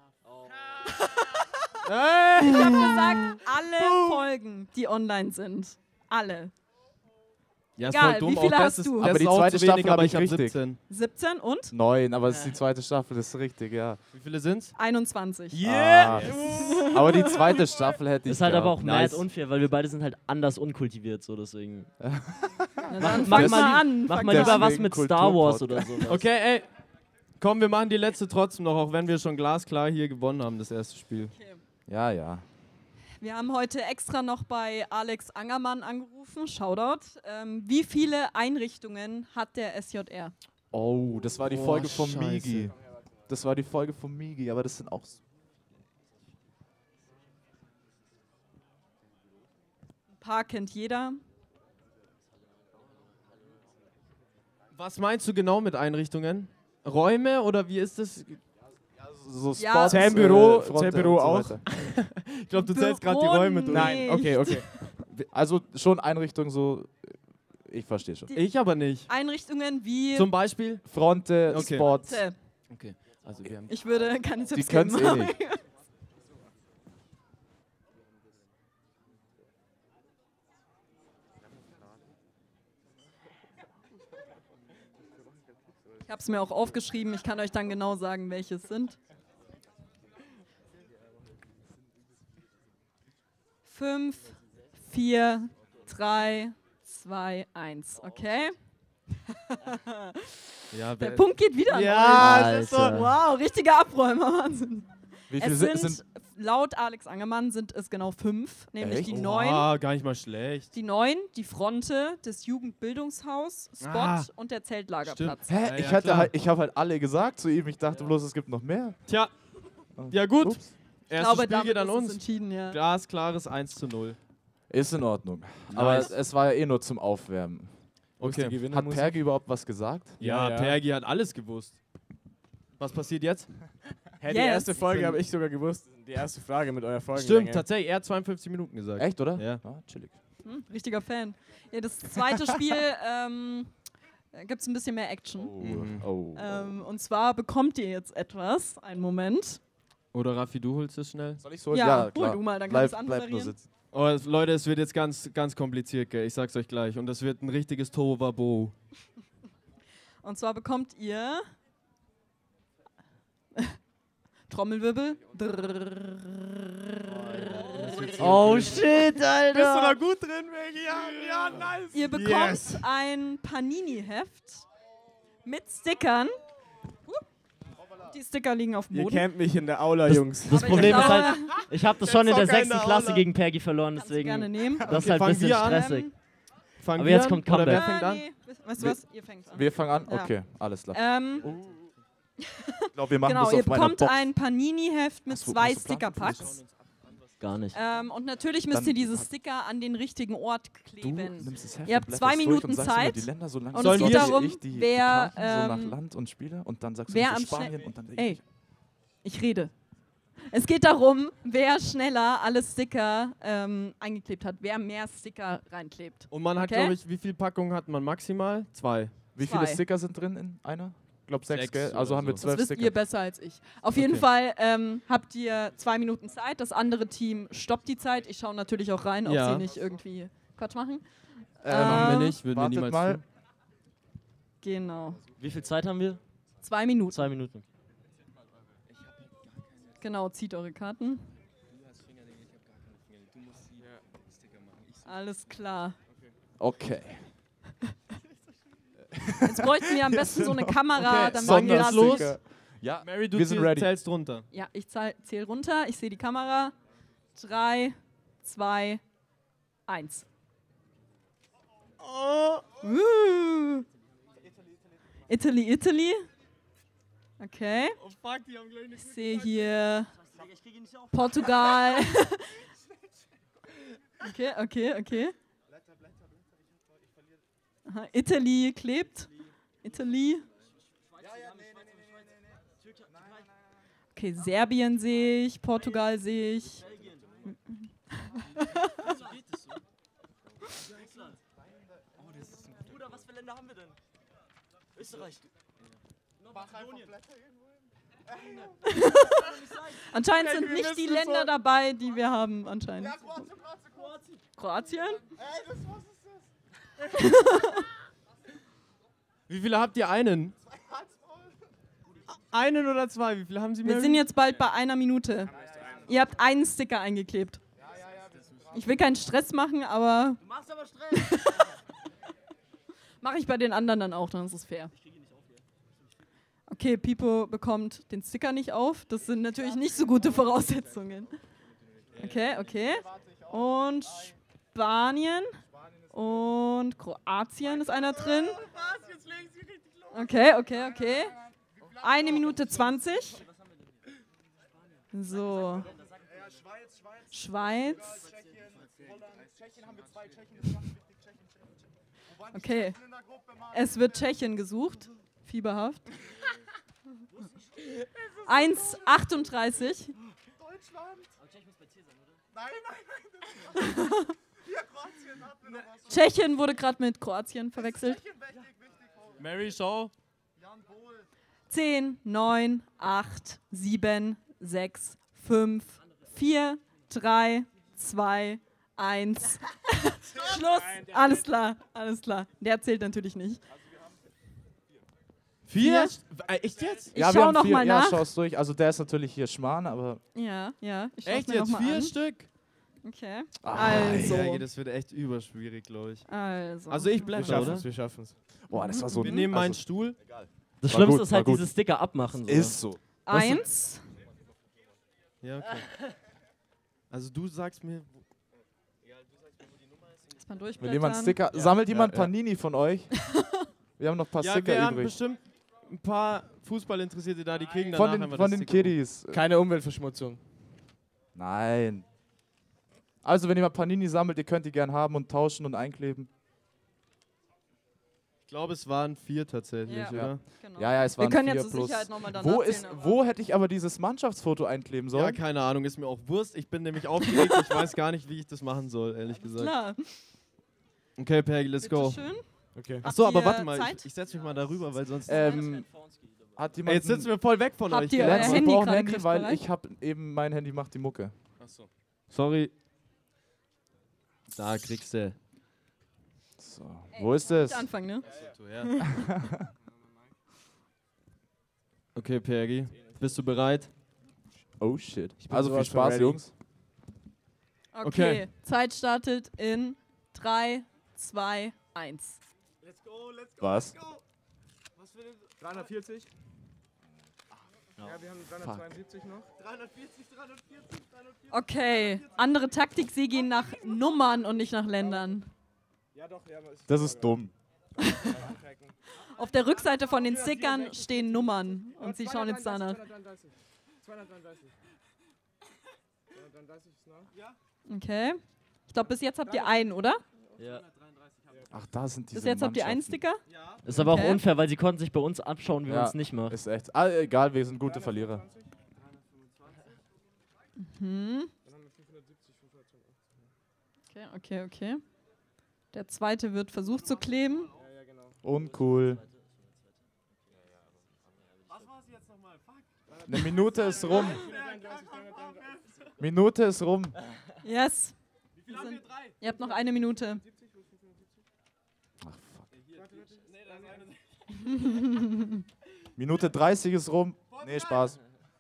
Ich habe gesagt, alle Folgen, die online sind. Alle. Ja, ist Egal, voll dumm. wie viele auch hast das du? Ist, Aber das die ist auch zweite zu wenig, Staffel aber hab ich ich habe richtig. 17. 17 und 9, aber es ist die zweite Staffel, das ist richtig, ja. Wie viele sind's? 21. Ah, aber die zweite Staffel hätte ich Ist halt aber auch gehabt. mad unfair, weil wir beide sind halt anders unkultiviert, so deswegen. Na dann Mach fang mal mal an. Mach fang mal mal lieber an. was Deswegen mit Star Wars oder Kulturpodcast. so. Okay, ey. Komm, wir machen die letzte trotzdem noch, auch wenn wir schon glasklar hier gewonnen haben, das erste Spiel. Ja. Wir haben heute extra noch bei Alex Angermann angerufen. Shoutout. Wie viele Einrichtungen hat der SJR? Oh, das war die Folge von Scheiße. Migi. Das war die Folge von Migi, aber das sind auch... Ein paar kennt jeder. Was meinst du genau mit Einrichtungen? Räume oder wie ist das? So Ja. Spots, Zähnbüro, Fronte Zähnbüro und so auch. weiter. Ich glaube, du zählst gerade die Büro Räume durch. Nein, okay. Also schon Einrichtung so... Ich verstehe schon. Ich aber nicht. Einrichtungen wie... Zum Beispiel? Fronte, Okay. Spots. Okay. Also wir haben Ich würde keine Die Tipps können es geben. eh nicht. Ich habe es mir auch aufgeschrieben. Ich kann euch dann genau sagen, welche es sind. 5, 4, 3, 2, 1. Okay? ja, Der Punkt geht wieder an Ja, euch. das ist so. Alter. Wow, richtiger Abräumer. Wahnsinn. Wie viele Es sind, laut Alex Angermann sind es genau 5, nämlich Echt? die 9. Ah, gar nicht mal schlecht. Die 9, die Fronte, das Jugendbildungshaus, Spot Ah. und der Zeltlagerplatz. Hä? Ja, klar. Ich habe halt alle gesagt zu ihm. Ich dachte bloß, es gibt noch mehr. Tja, ja gut. Ups. Ich Erstes glaube, Spiel damit geht an ist es uns. entschieden, ja. Glasklares 1:0. Ist in Ordnung. Aber Nice. es war ja eh nur zum Aufwärmen. Okay. Hat Pergi überhaupt was gesagt? Ja, Ja. Pergi hat alles gewusst. Was passiert jetzt? Hey, die Yes. erste Folge habe ich sogar gewusst. Die erste Frage mit eurer Folge. Stimmt, tatsächlich. Er hat 52 Minuten gesagt. Echt, oder? Ja. Ah, chillig. Richtiger Fan. Ja, das zweite Spiel gibt es ein bisschen mehr Action. Mhm. Oh. Und zwar bekommt ihr jetzt etwas. Einen Moment. Oder Raffi, du holst es schnell. Soll ich so? Ja, hol klar. du mal, dann Bleib, kannst du bleib nur anmoderieren. sitzen. Oh, Leute, es wird jetzt ganz, ganz kompliziert, gell? Ich sag's euch gleich. Und das wird ein richtiges Tohuwabo. Und zwar bekommt ihr Trommelwirbel. Oh shit, Alter. Bist du da gut drin, Maggie? Ja, nice. Ihr bekommt ein Panini-Heft mit Stickern. Die Sticker liegen auf dem Ihr Boden. kennt mich in der Aula, Jungs. Das Aber Problem ich ist halt, glaube, ich habe das schon in der Zocker in 6. der Klasse Aula. gegen Pergi verloren, kannst du gerne deswegen nehmen. das ist halt ein fangen bisschen wir an. stressig. Fangen Aber wir jetzt an? kommt Oder wer Comeback. fängt an? Nee, weißt du was? Ihr fängt an. Wir fangen an? Ja. Okay, alles klar. Ich glaube, wir machen Genau, das ihr auf meiner bekommt Box. ein Panini-Heft mit Hast du- 2 hast du Plan? Stickerpacks. Gar nicht. Und natürlich müsst Dann- ihr diese Sticker an den richtigen Ort Du kleben. nimmst das Heft Ihr habt und 2 blätterst durch Minuten und sagst immer Zeit. die Länder so langsam Und Sollen es geht wir- darum, die wer, Karten so nach Land und Spieler und dann sagst du wer so am Spanien schnell- und dann Ey, ich rede. Es geht darum, wer schneller alle Sticker eingeklebt hat, wer mehr Sticker reinklebt. Und man hat, Okay. glaube ich, wie viele Packungen hat man maximal? 2. Wie viele 2. Sticker sind drin in einer? Ich glaube 6, 6 gell? oder Also haben wir so. 12 Das wisst Sticker. ihr besser als ich. Auf jeden Fall habt ihr 2 Minuten Zeit. Das andere Team stoppt die Zeit. Ich schaue natürlich auch rein, ob Ja. sie nicht irgendwie Quatsch machen. Machen wir nicht, würden wir wartet niemals mal. tun. Genau. Wie viel Zeit haben wir? 2 Minuten. 2 Minuten. Genau, zieht eure Karten. Alles klar. Okay. Jetzt bräuchten wir am besten so eine Kamera, Okay, damit wann wir geht's das los? Ja, Mary, du wir sind ready. zählst runter. Ja, ich zähle runter. Ich sehe die Kamera. 3, 2, 1. Italy, Italy. Okay. Oh fuck, die haben gleich eine Ich sehe hier Portugal. Okay. Aha, Italy klebt. Italy. Okay, Serbien sehe ich, Portugal sehe ich. Bruder, was für Länder haben wir denn? Österreich. Anscheinend sind nicht die Länder dabei, die wir haben, anscheinend. Kroatien? Wie viele habt ihr? Einen? Einen oder 2? Wie viele haben sie Wir Mary? sind jetzt bald bei 1 Minute. Ihr habt einen Sticker eingeklebt. Ich will keinen Stress machen, aber Du machst aber Stress. mache ich bei den anderen dann auch, dann ist es fair. Okay, Pipo bekommt den Sticker nicht auf. Das sind natürlich nicht so gute Voraussetzungen. Okay. Und Spanien und Kroatien ist einer drin. Okay. 1 Minute 20. So. Schweiz. Okay. Es wird Tschechien gesucht. Fieberhaft. 1,38. Tschechien wurde gerade mit Kroatien verwechselt. Mary, schau. 10, 9, 8, 7, 6, 5, 4, 3, 2, 1. Schluss. Alles klar. Der zählt natürlich nicht. 4? Echt jetzt? Ich schau noch mal Ja, nach. schau's durch. Also der ist natürlich hier Schmarrn, aber Ja. Ich schau's Echt mir noch jetzt? mal 4 an. Stück? Okay. Ja, das wird echt überschwierig, glaube ich. Also. Also ich Wir bleibe, schaffen oder? es, wir schaffen es. boah, das war so Wir nehmen meinen also, Stuhl. Das War Schlimmste gut, ist halt war gut. diese Sticker abmachen. So. Ist so. 1. Ja, okay. Also du sagst mir... Ist man Will jemand durchblättern. Sticker? Sammelt jemand ja. Panini von euch? Wir haben noch ein paar Ja, Sticker wir haben übrig. bestimmt ein paar Fußballinteressierte da, die kriegen danach Von einfach den das Sticker. Kiddies. Keine Umweltverschmutzung. Nein. Also, wenn jemand Panini sammelt, ihr könnt die gern haben und tauschen und einkleben. Ich glaube, es waren 4 tatsächlich, Ja. oder? Genau. Ja, es Wir waren können 4 ja zur plus. Sicherheit nochmal dann Wo, nachzählen, aber- wo hätte ich aber dieses Mannschaftsfoto einkleben Ja, sollen? keine Ahnung, ist mir auch Wurst. Ich bin nämlich aufgeregt, ich weiß gar nicht, wie ich das machen soll, ehrlich gesagt. Klar. Okay, Pergi, let's go. Bitteschön. Okay. Habt Achso, aber ihr warte mal, Zeit? ich setze mich mal darüber, weil sonst... Hat Ey, jemand jetzt sitzen wir voll weg von Habt euch. ihr gell? euer ich Handy brauche ein gerade Handy, weil griffbereit? ich habe eben mein Handy macht die Mucke. Achso. Sorry. Da kriegst du. So. Wo ist es? Der Anfang, ne? Okay, Pergi, bist du bereit? Oh shit. Ich bin Also viel sowas von Spaß, ready. Jungs. Okay. Okay. Zeit startet in 3, 2, 1. Was? 340? Ja, wir haben 372 noch. Okay, andere Taktik, sie gehen nach Nummern und nicht nach Ländern. Ja, doch, ja, aber ist Das ist dumm. Auf der Rückseite von den Stickern stehen Nummern und sie schauen jetzt danach. 233. 233. 233 ist nah. Ja. Okay. Ich glaube, bis jetzt habt ihr einen, oder? Ja. Ach, da sind diese Bis jetzt habt ihr einen Mannschaften. Sticker? Ist aber auch Okay. unfair, weil sie konnten sich bei uns abschauen, wie Ja. man es nicht macht. Ist echt. Ah, egal, wir sind gute Verlierer. Hm. Dann haben wir 570, 582. Okay. Der zweite wird versucht zu kleben. Ja, genau. Uncool. Was war es jetzt nochmal? Fuck. Eine Minute ist rum. 333, 333. Minute ist rum. Yes. Wie viel haben wir? 3? Ihr habt noch eine Minute. Ach, fuck. Nee, das ist eine. Minute 30 ist rum. Nee, Spaß.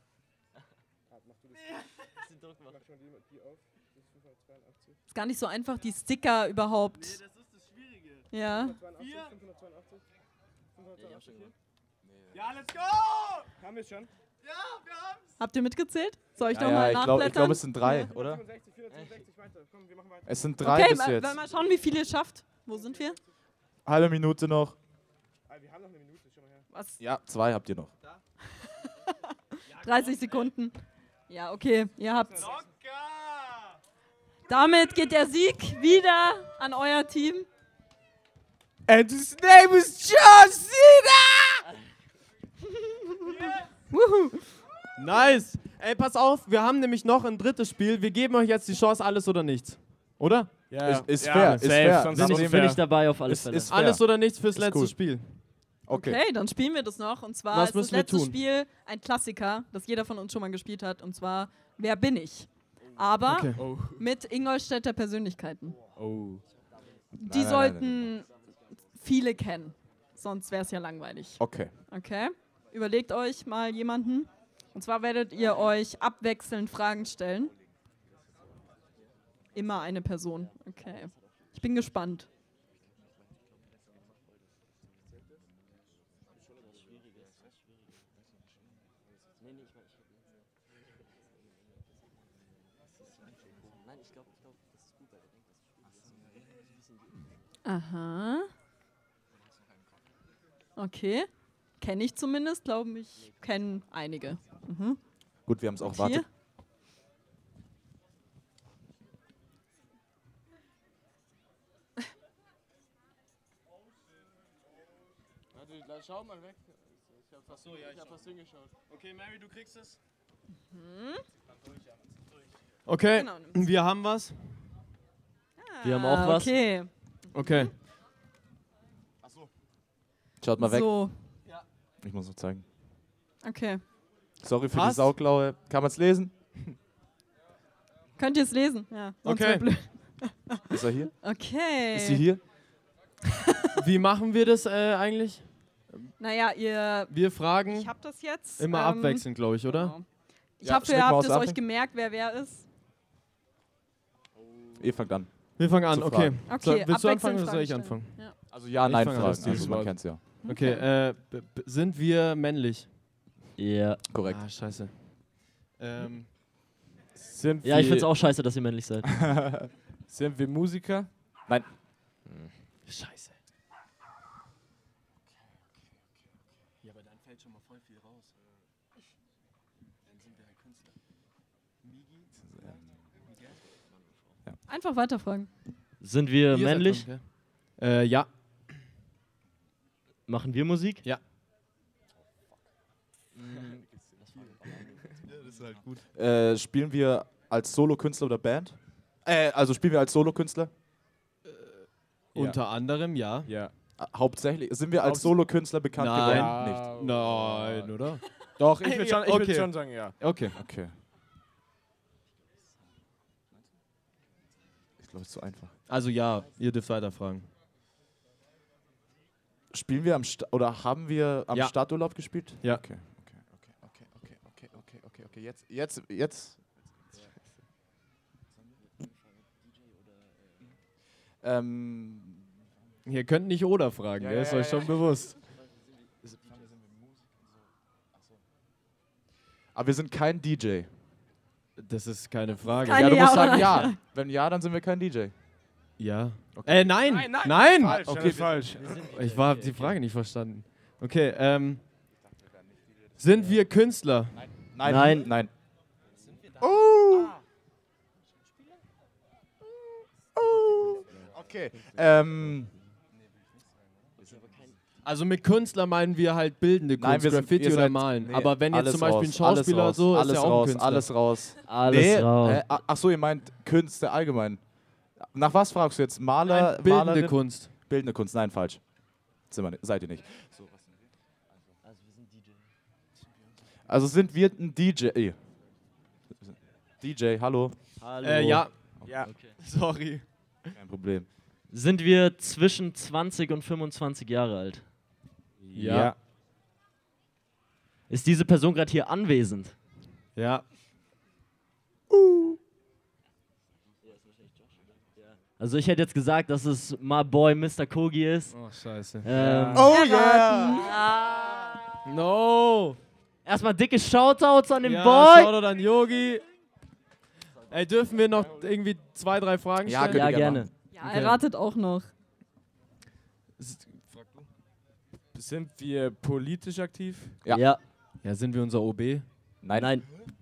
Ist gar nicht so einfach, die Sticker überhaupt. Das ist das Schwierige. Ja. 582, 582. 582. Ja, let's go! Haben wir es schon? Ja, wir haben's! Habt ihr mitgezählt? Soll ich Ja, doch ja, mal ich nachblättern? glaube, es sind 3, oder? 65, 465, weiter. Komm, wir machen weiter. Es sind 3 Okay, bis jetzt. mal schauen, wie viele ihr schafft. Wo sind wir? Halbe Minute noch. Wir haben noch eine Minute, schon mal her. Was? Ja, 2 habt ihr noch. 30 Sekunden. Ja, okay, ihr habt's. Locker! Damit geht der Sieg wieder an euer Team. And his name is John Cena! Wuhu. Nice! Ey, pass auf, wir haben nämlich noch ein drittes Spiel. Wir geben euch jetzt die Chance, alles oder nichts. Oder? Ja, Ist fair, ist fair. sonst Bin ist ich, bin ich dabei auf alle Ist, Fälle. ist fair. Alles oder nichts fürs Ist letzte cool. Spiel. Okay. Okay, dann spielen wir das noch. Und zwar Was ist das müssen wir letzte tun? Spiel ein Klassiker, das jeder von uns schon mal gespielt hat. Und zwar Wer bin ich? Aber Okay. Oh. mit Ingolstädter Persönlichkeiten. Oh. Die sollten viele kennen. Sonst wäre es ja langweilig. Okay. Okay? Überlegt euch mal jemanden. Und zwar werdet ihr euch abwechselnd Fragen stellen. Immer eine Person. Okay. Ich bin gespannt. Aha. Okay. Kenne ich zumindest, glaube ich. Kennen einige. Mhm. Gut, wir haben es auch. Und Warte. hier? Schau mal weg. Ich hab fast hingeschaut. Okay, Mary, du kriegst es. Okay, Genau. wir haben was. Wir haben auch was. Okay. Okay. Schaut mal weg. So. Ich muss noch zeigen. Okay. Sorry für Passt. die Sauklaue. Kann man es lesen? Könnt ihr es lesen? Ja. sonst Okay. wär blöd. Ist er hier? Okay. Ist sie hier? Wie machen wir das eigentlich? Naja, Wir fragen ich hab das jetzt. immer abwechselnd, glaube ich, oder? Genau. Ich Ja, hoffe, schmeckt ihr mal habt aus es der euch Apfel. gemerkt, wer ist. Ihr fangt an. Wir fangen an, Zu okay. fragen. Okay, So, willst du abwechselnd anfangen oder soll ich Fragen anfangen? stellen. Ja. Also ja, Ich nein fange an, Fragen. das ist dieses Also man Wort. kennt es ja. Okay, sind wir männlich? Ja. Korrekt. Ah, scheiße. Sind Ja, ich find's auch scheiße, dass ihr männlich seid. Sind wir Musiker? Scheiße. Ja, aber dann fällt schon mal voll viel raus. Dann sind wir halt Künstler. Einfach weiterfragen. Sind wir Ihr seid männlich? dran, gell? Ja. Machen wir Musik? Ja. Spielen wir als Solokünstler oder Band? Also spielen wir als Solokünstler? Unter anderem, ja. Ja. Hauptsächlich. Sind wir als Solokünstler bekannt Nein. geworden? Nicht. Nein, oder? Doch, ich würde schon, Okay. würd schon sagen, ja. Okay. Okay. Ich glaube, es ist zu einfach. Also ja, ihr dürft weiterfragen. Spielen wir oder haben wir am Ja. Stadturlaub gespielt? Ja. Okay. Okay, jetzt. Ihr könnt nicht oder fragen, Ja, der ja, ist ja, euch schon ja. bewusst. Aber wir sind kein DJ. Das ist keine Frage. Keine Ja, du musst Ja oder sagen Nein. ja. Wenn ja, dann sind wir kein DJ. Ja. Okay. Nein! Falsch, Okay, okay, falsch. Ich habe die Frage nicht verstanden. Okay, sind wir Künstler? Nein. Nein. Okay. Also mit Künstler meinen wir halt bildende Kunst, Nein, wir sind- Graffiti ihr oder seid- Malen. nee, Aber wenn jetzt alles zum Beispiel ein raus, Schauspieler alles so, raus, ist ja auch ein Künstler. alles raus. Alles raus. Ach so, ihr meint Künste allgemein. Nach was fragst du jetzt? Maler, Nein, bildende Malerin? Kunst. Bildende Kunst, nein, falsch. Seid ihr nicht. Also sind wir ein DJ. DJ, hallo. Hallo. Ja. Ja. Sorry. Kein Problem. Sind wir zwischen 20 und 25 Jahre alt? Ja. Ist diese Person gerade hier anwesend? Ja. Also ich hätte jetzt gesagt, dass es my boy Mr. Kogi ist. Oh, scheiße. Oh yeah! No! Erstmal dicke Shoutouts an den Ja, Boy. Shoutout an Yogi. Ey, dürfen wir noch irgendwie 2, 3 Fragen Ja, stellen? könnt Ja, ihr gerne. machen. Ja, Okay. er ratet auch noch. Sind wir politisch aktiv? Ja. Ja. Ja, sind wir unser OB? Nein.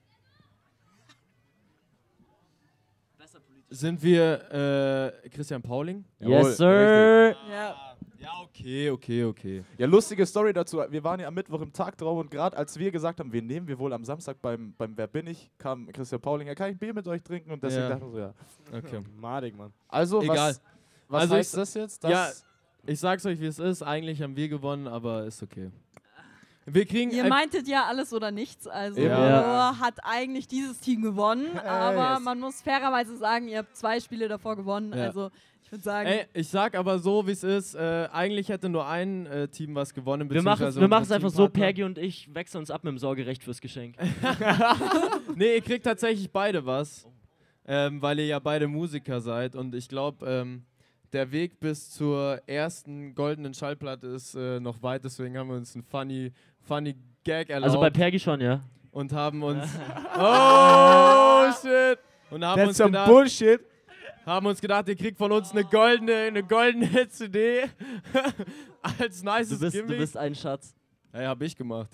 Sind wir Christian Pauling? Jawohl, Yes, sir. Ja. Ja, okay. Ja, lustige Story dazu. Wir waren ja am Mittwoch im Tagtraum und gerade als wir gesagt haben, wen nehmen wir wohl am Samstag beim Wer bin ich, kam Christian Pauling, ja, kann ich ein Bier mit euch trinken? Und deswegen Ja. dachten wir so, ja. Okay. Madig, Mann. Also, Egal. was Also heißt ich- das jetzt? Ja, ich sag's euch, wie es ist. Eigentlich haben wir gewonnen, aber ist okay. Wir kriegen... Ihr meintet ja alles oder nichts, also Ja. hat eigentlich dieses Team gewonnen, aber yes. man muss fairerweise sagen, ihr habt 2 Spiele davor gewonnen, Ja. also ich würde sagen, Ey, ich sag aber so, wie es ist. Eigentlich hätte nur ein Team was gewonnen. Wir machen beziehungsweise es unser einfach so, Teampartner. Pergi und ich wechseln uns ab mit dem Sorgerecht fürs Geschenk. Nee, ihr kriegt tatsächlich beide was, weil ihr ja beide Musiker seid. Und ich glaube, der Weg bis zur ersten goldenen Schallplatte ist noch weit. Deswegen haben wir uns einen funny Gag erlaubt. Also bei Pergi schon, ja. und haben uns... Oh, shit! Und haben uns, gedacht, Bullshit. ihr kriegt von uns eine goldene CD als nices Du Gimmick. bist ein Schatz. Hey, hab ich gemacht.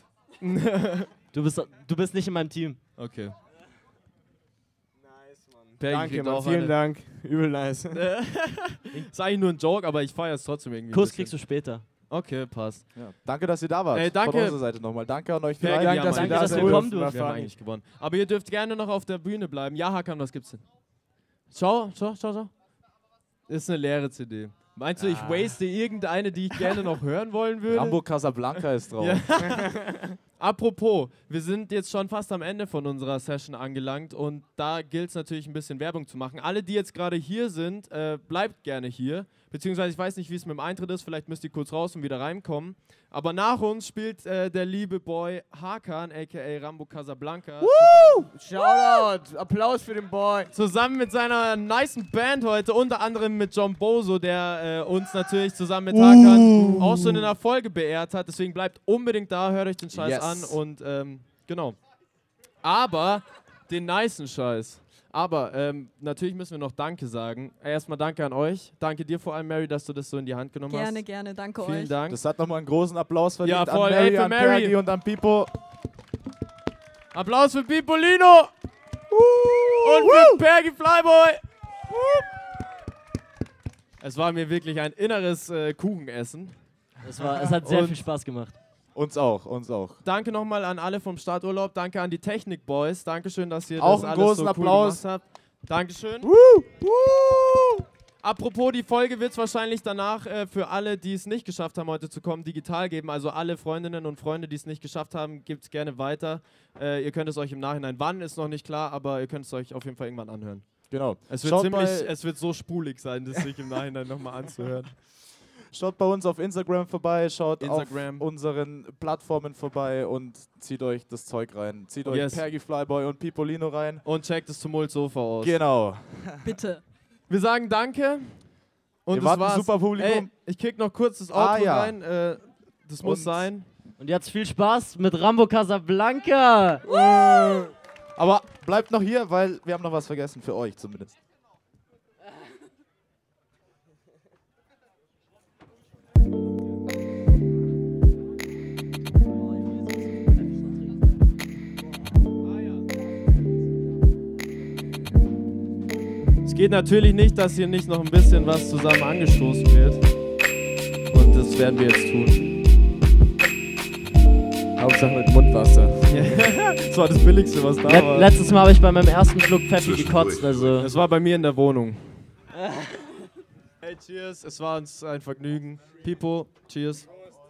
Du bist nicht in meinem Team. Okay. Nice, Mann. Pergi Danke, kriegt Mann. auch Vielen eine. Dank. Übel nice. Ist eigentlich nur ein Joke, aber ich feiere es trotzdem irgendwie. Kuss ein kriegst du bisschen. später. Okay, passt. Ja. Danke, dass ihr da wart. Ey, danke. Von unserer Seite nochmal. Danke an euch Vielen drei. Dank, dass Mann. ihr Danke, da dass seid. wir kommen War durften. Wir haben funny. eigentlich gewonnen. Aber ihr dürft gerne noch auf der Bühne bleiben. Ja, Hakan, was gibt's denn? Schau. Ist eine leere CD. Meinst du, ich waste irgendeine, die ich gerne noch hören wollen würde? Rambo Casablanca ist drauf. Ja. Apropos, wir sind jetzt schon fast am Ende von unserer Session angelangt und da gilt es natürlich ein bisschen Werbung zu machen. Alle, die jetzt gerade hier sind, bleibt gerne hier. Beziehungsweise ich weiß nicht, wie es mit dem Eintritt ist, vielleicht müsst ihr kurz raus und wieder reinkommen. Aber nach uns spielt der liebe Boy Hakan, a.k.a. Rambo Casablanca. Shoutout. Applaus für den Boy. Zusammen mit seiner nicen Band heute, unter anderem mit John Bozo, der uns natürlich zusammen mit Hakan auch schon in der Folge beehrt hat. Deswegen bleibt unbedingt da, hört euch den Scheiß Yes. an und genau. Aber den nicen Scheiß. Aber natürlich müssen wir noch Danke sagen. Erstmal Danke an euch. Danke dir vor allem, Mary, dass du das so in die Hand genommen hast. gerne, danke Vielen euch. Dank. Das hat nochmal einen großen Applaus verdient Ja, voll. an Mary, Ey, für an Mary. Pergi und an Pipo. Applaus für Pipolino und für Pergi Flyboy. Es war mir wirklich ein inneres Kuchenessen. Es hat sehr Und- viel Spaß gemacht. Uns auch. Danke nochmal an alle vom Starturlaub. Danke an die Technik-Boys. Dankeschön, dass ihr Auch das einen alles großen so Applaus. cool gemacht habt. Dankeschön. Apropos, die Folge wird es wahrscheinlich danach für alle, die es nicht geschafft haben, heute zu kommen, digital geben. Also alle Freundinnen und Freunde, die es nicht geschafft haben, gebt es gerne weiter. Ihr könnt es euch im Nachhinein, wann ist noch nicht klar, aber ihr könnt es euch auf jeden Fall irgendwann anhören. Genau. Es wird, Schaut ziemlich, bei- es wird so spulig sein, das sich im Nachhinein nochmal anzuhören. Schaut bei uns auf Instagram vorbei, schaut Instagram. auf unseren Plattformen vorbei und zieht euch das Zeug rein. Zieht euch Pergy Flyboy und Pipolino rein. Und checkt das Tumult-Sofa aus. Genau. Bitte. Wir sagen Danke. Und Ihr das wart ein war's. super Publikum. Ey, ich kick noch kurz das Outro ja. rein. Das muss sein. Und jetzt viel Spaß mit Rambo Casablanca. Aber bleibt noch hier, weil wir haben noch was vergessen, für euch zumindest. Es geht natürlich nicht, dass hier nicht noch ein bisschen was zusammen angestoßen wird. Und das werden wir jetzt tun. Hauptsache mit Mundwasser. Das war das Billigste, was da war. Letztes Mal habe ich bei meinem ersten Schluck Pfeffi gekotzt, also. Das war bei mir in der Wohnung. Hey, cheers. Es war uns ein Vergnügen. People, cheers.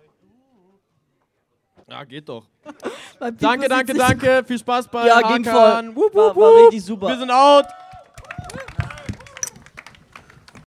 Ja, geht doch. Danke. Viel Spaß bei Ja, ging voll. Hakan. War richtig super. Wir sind out.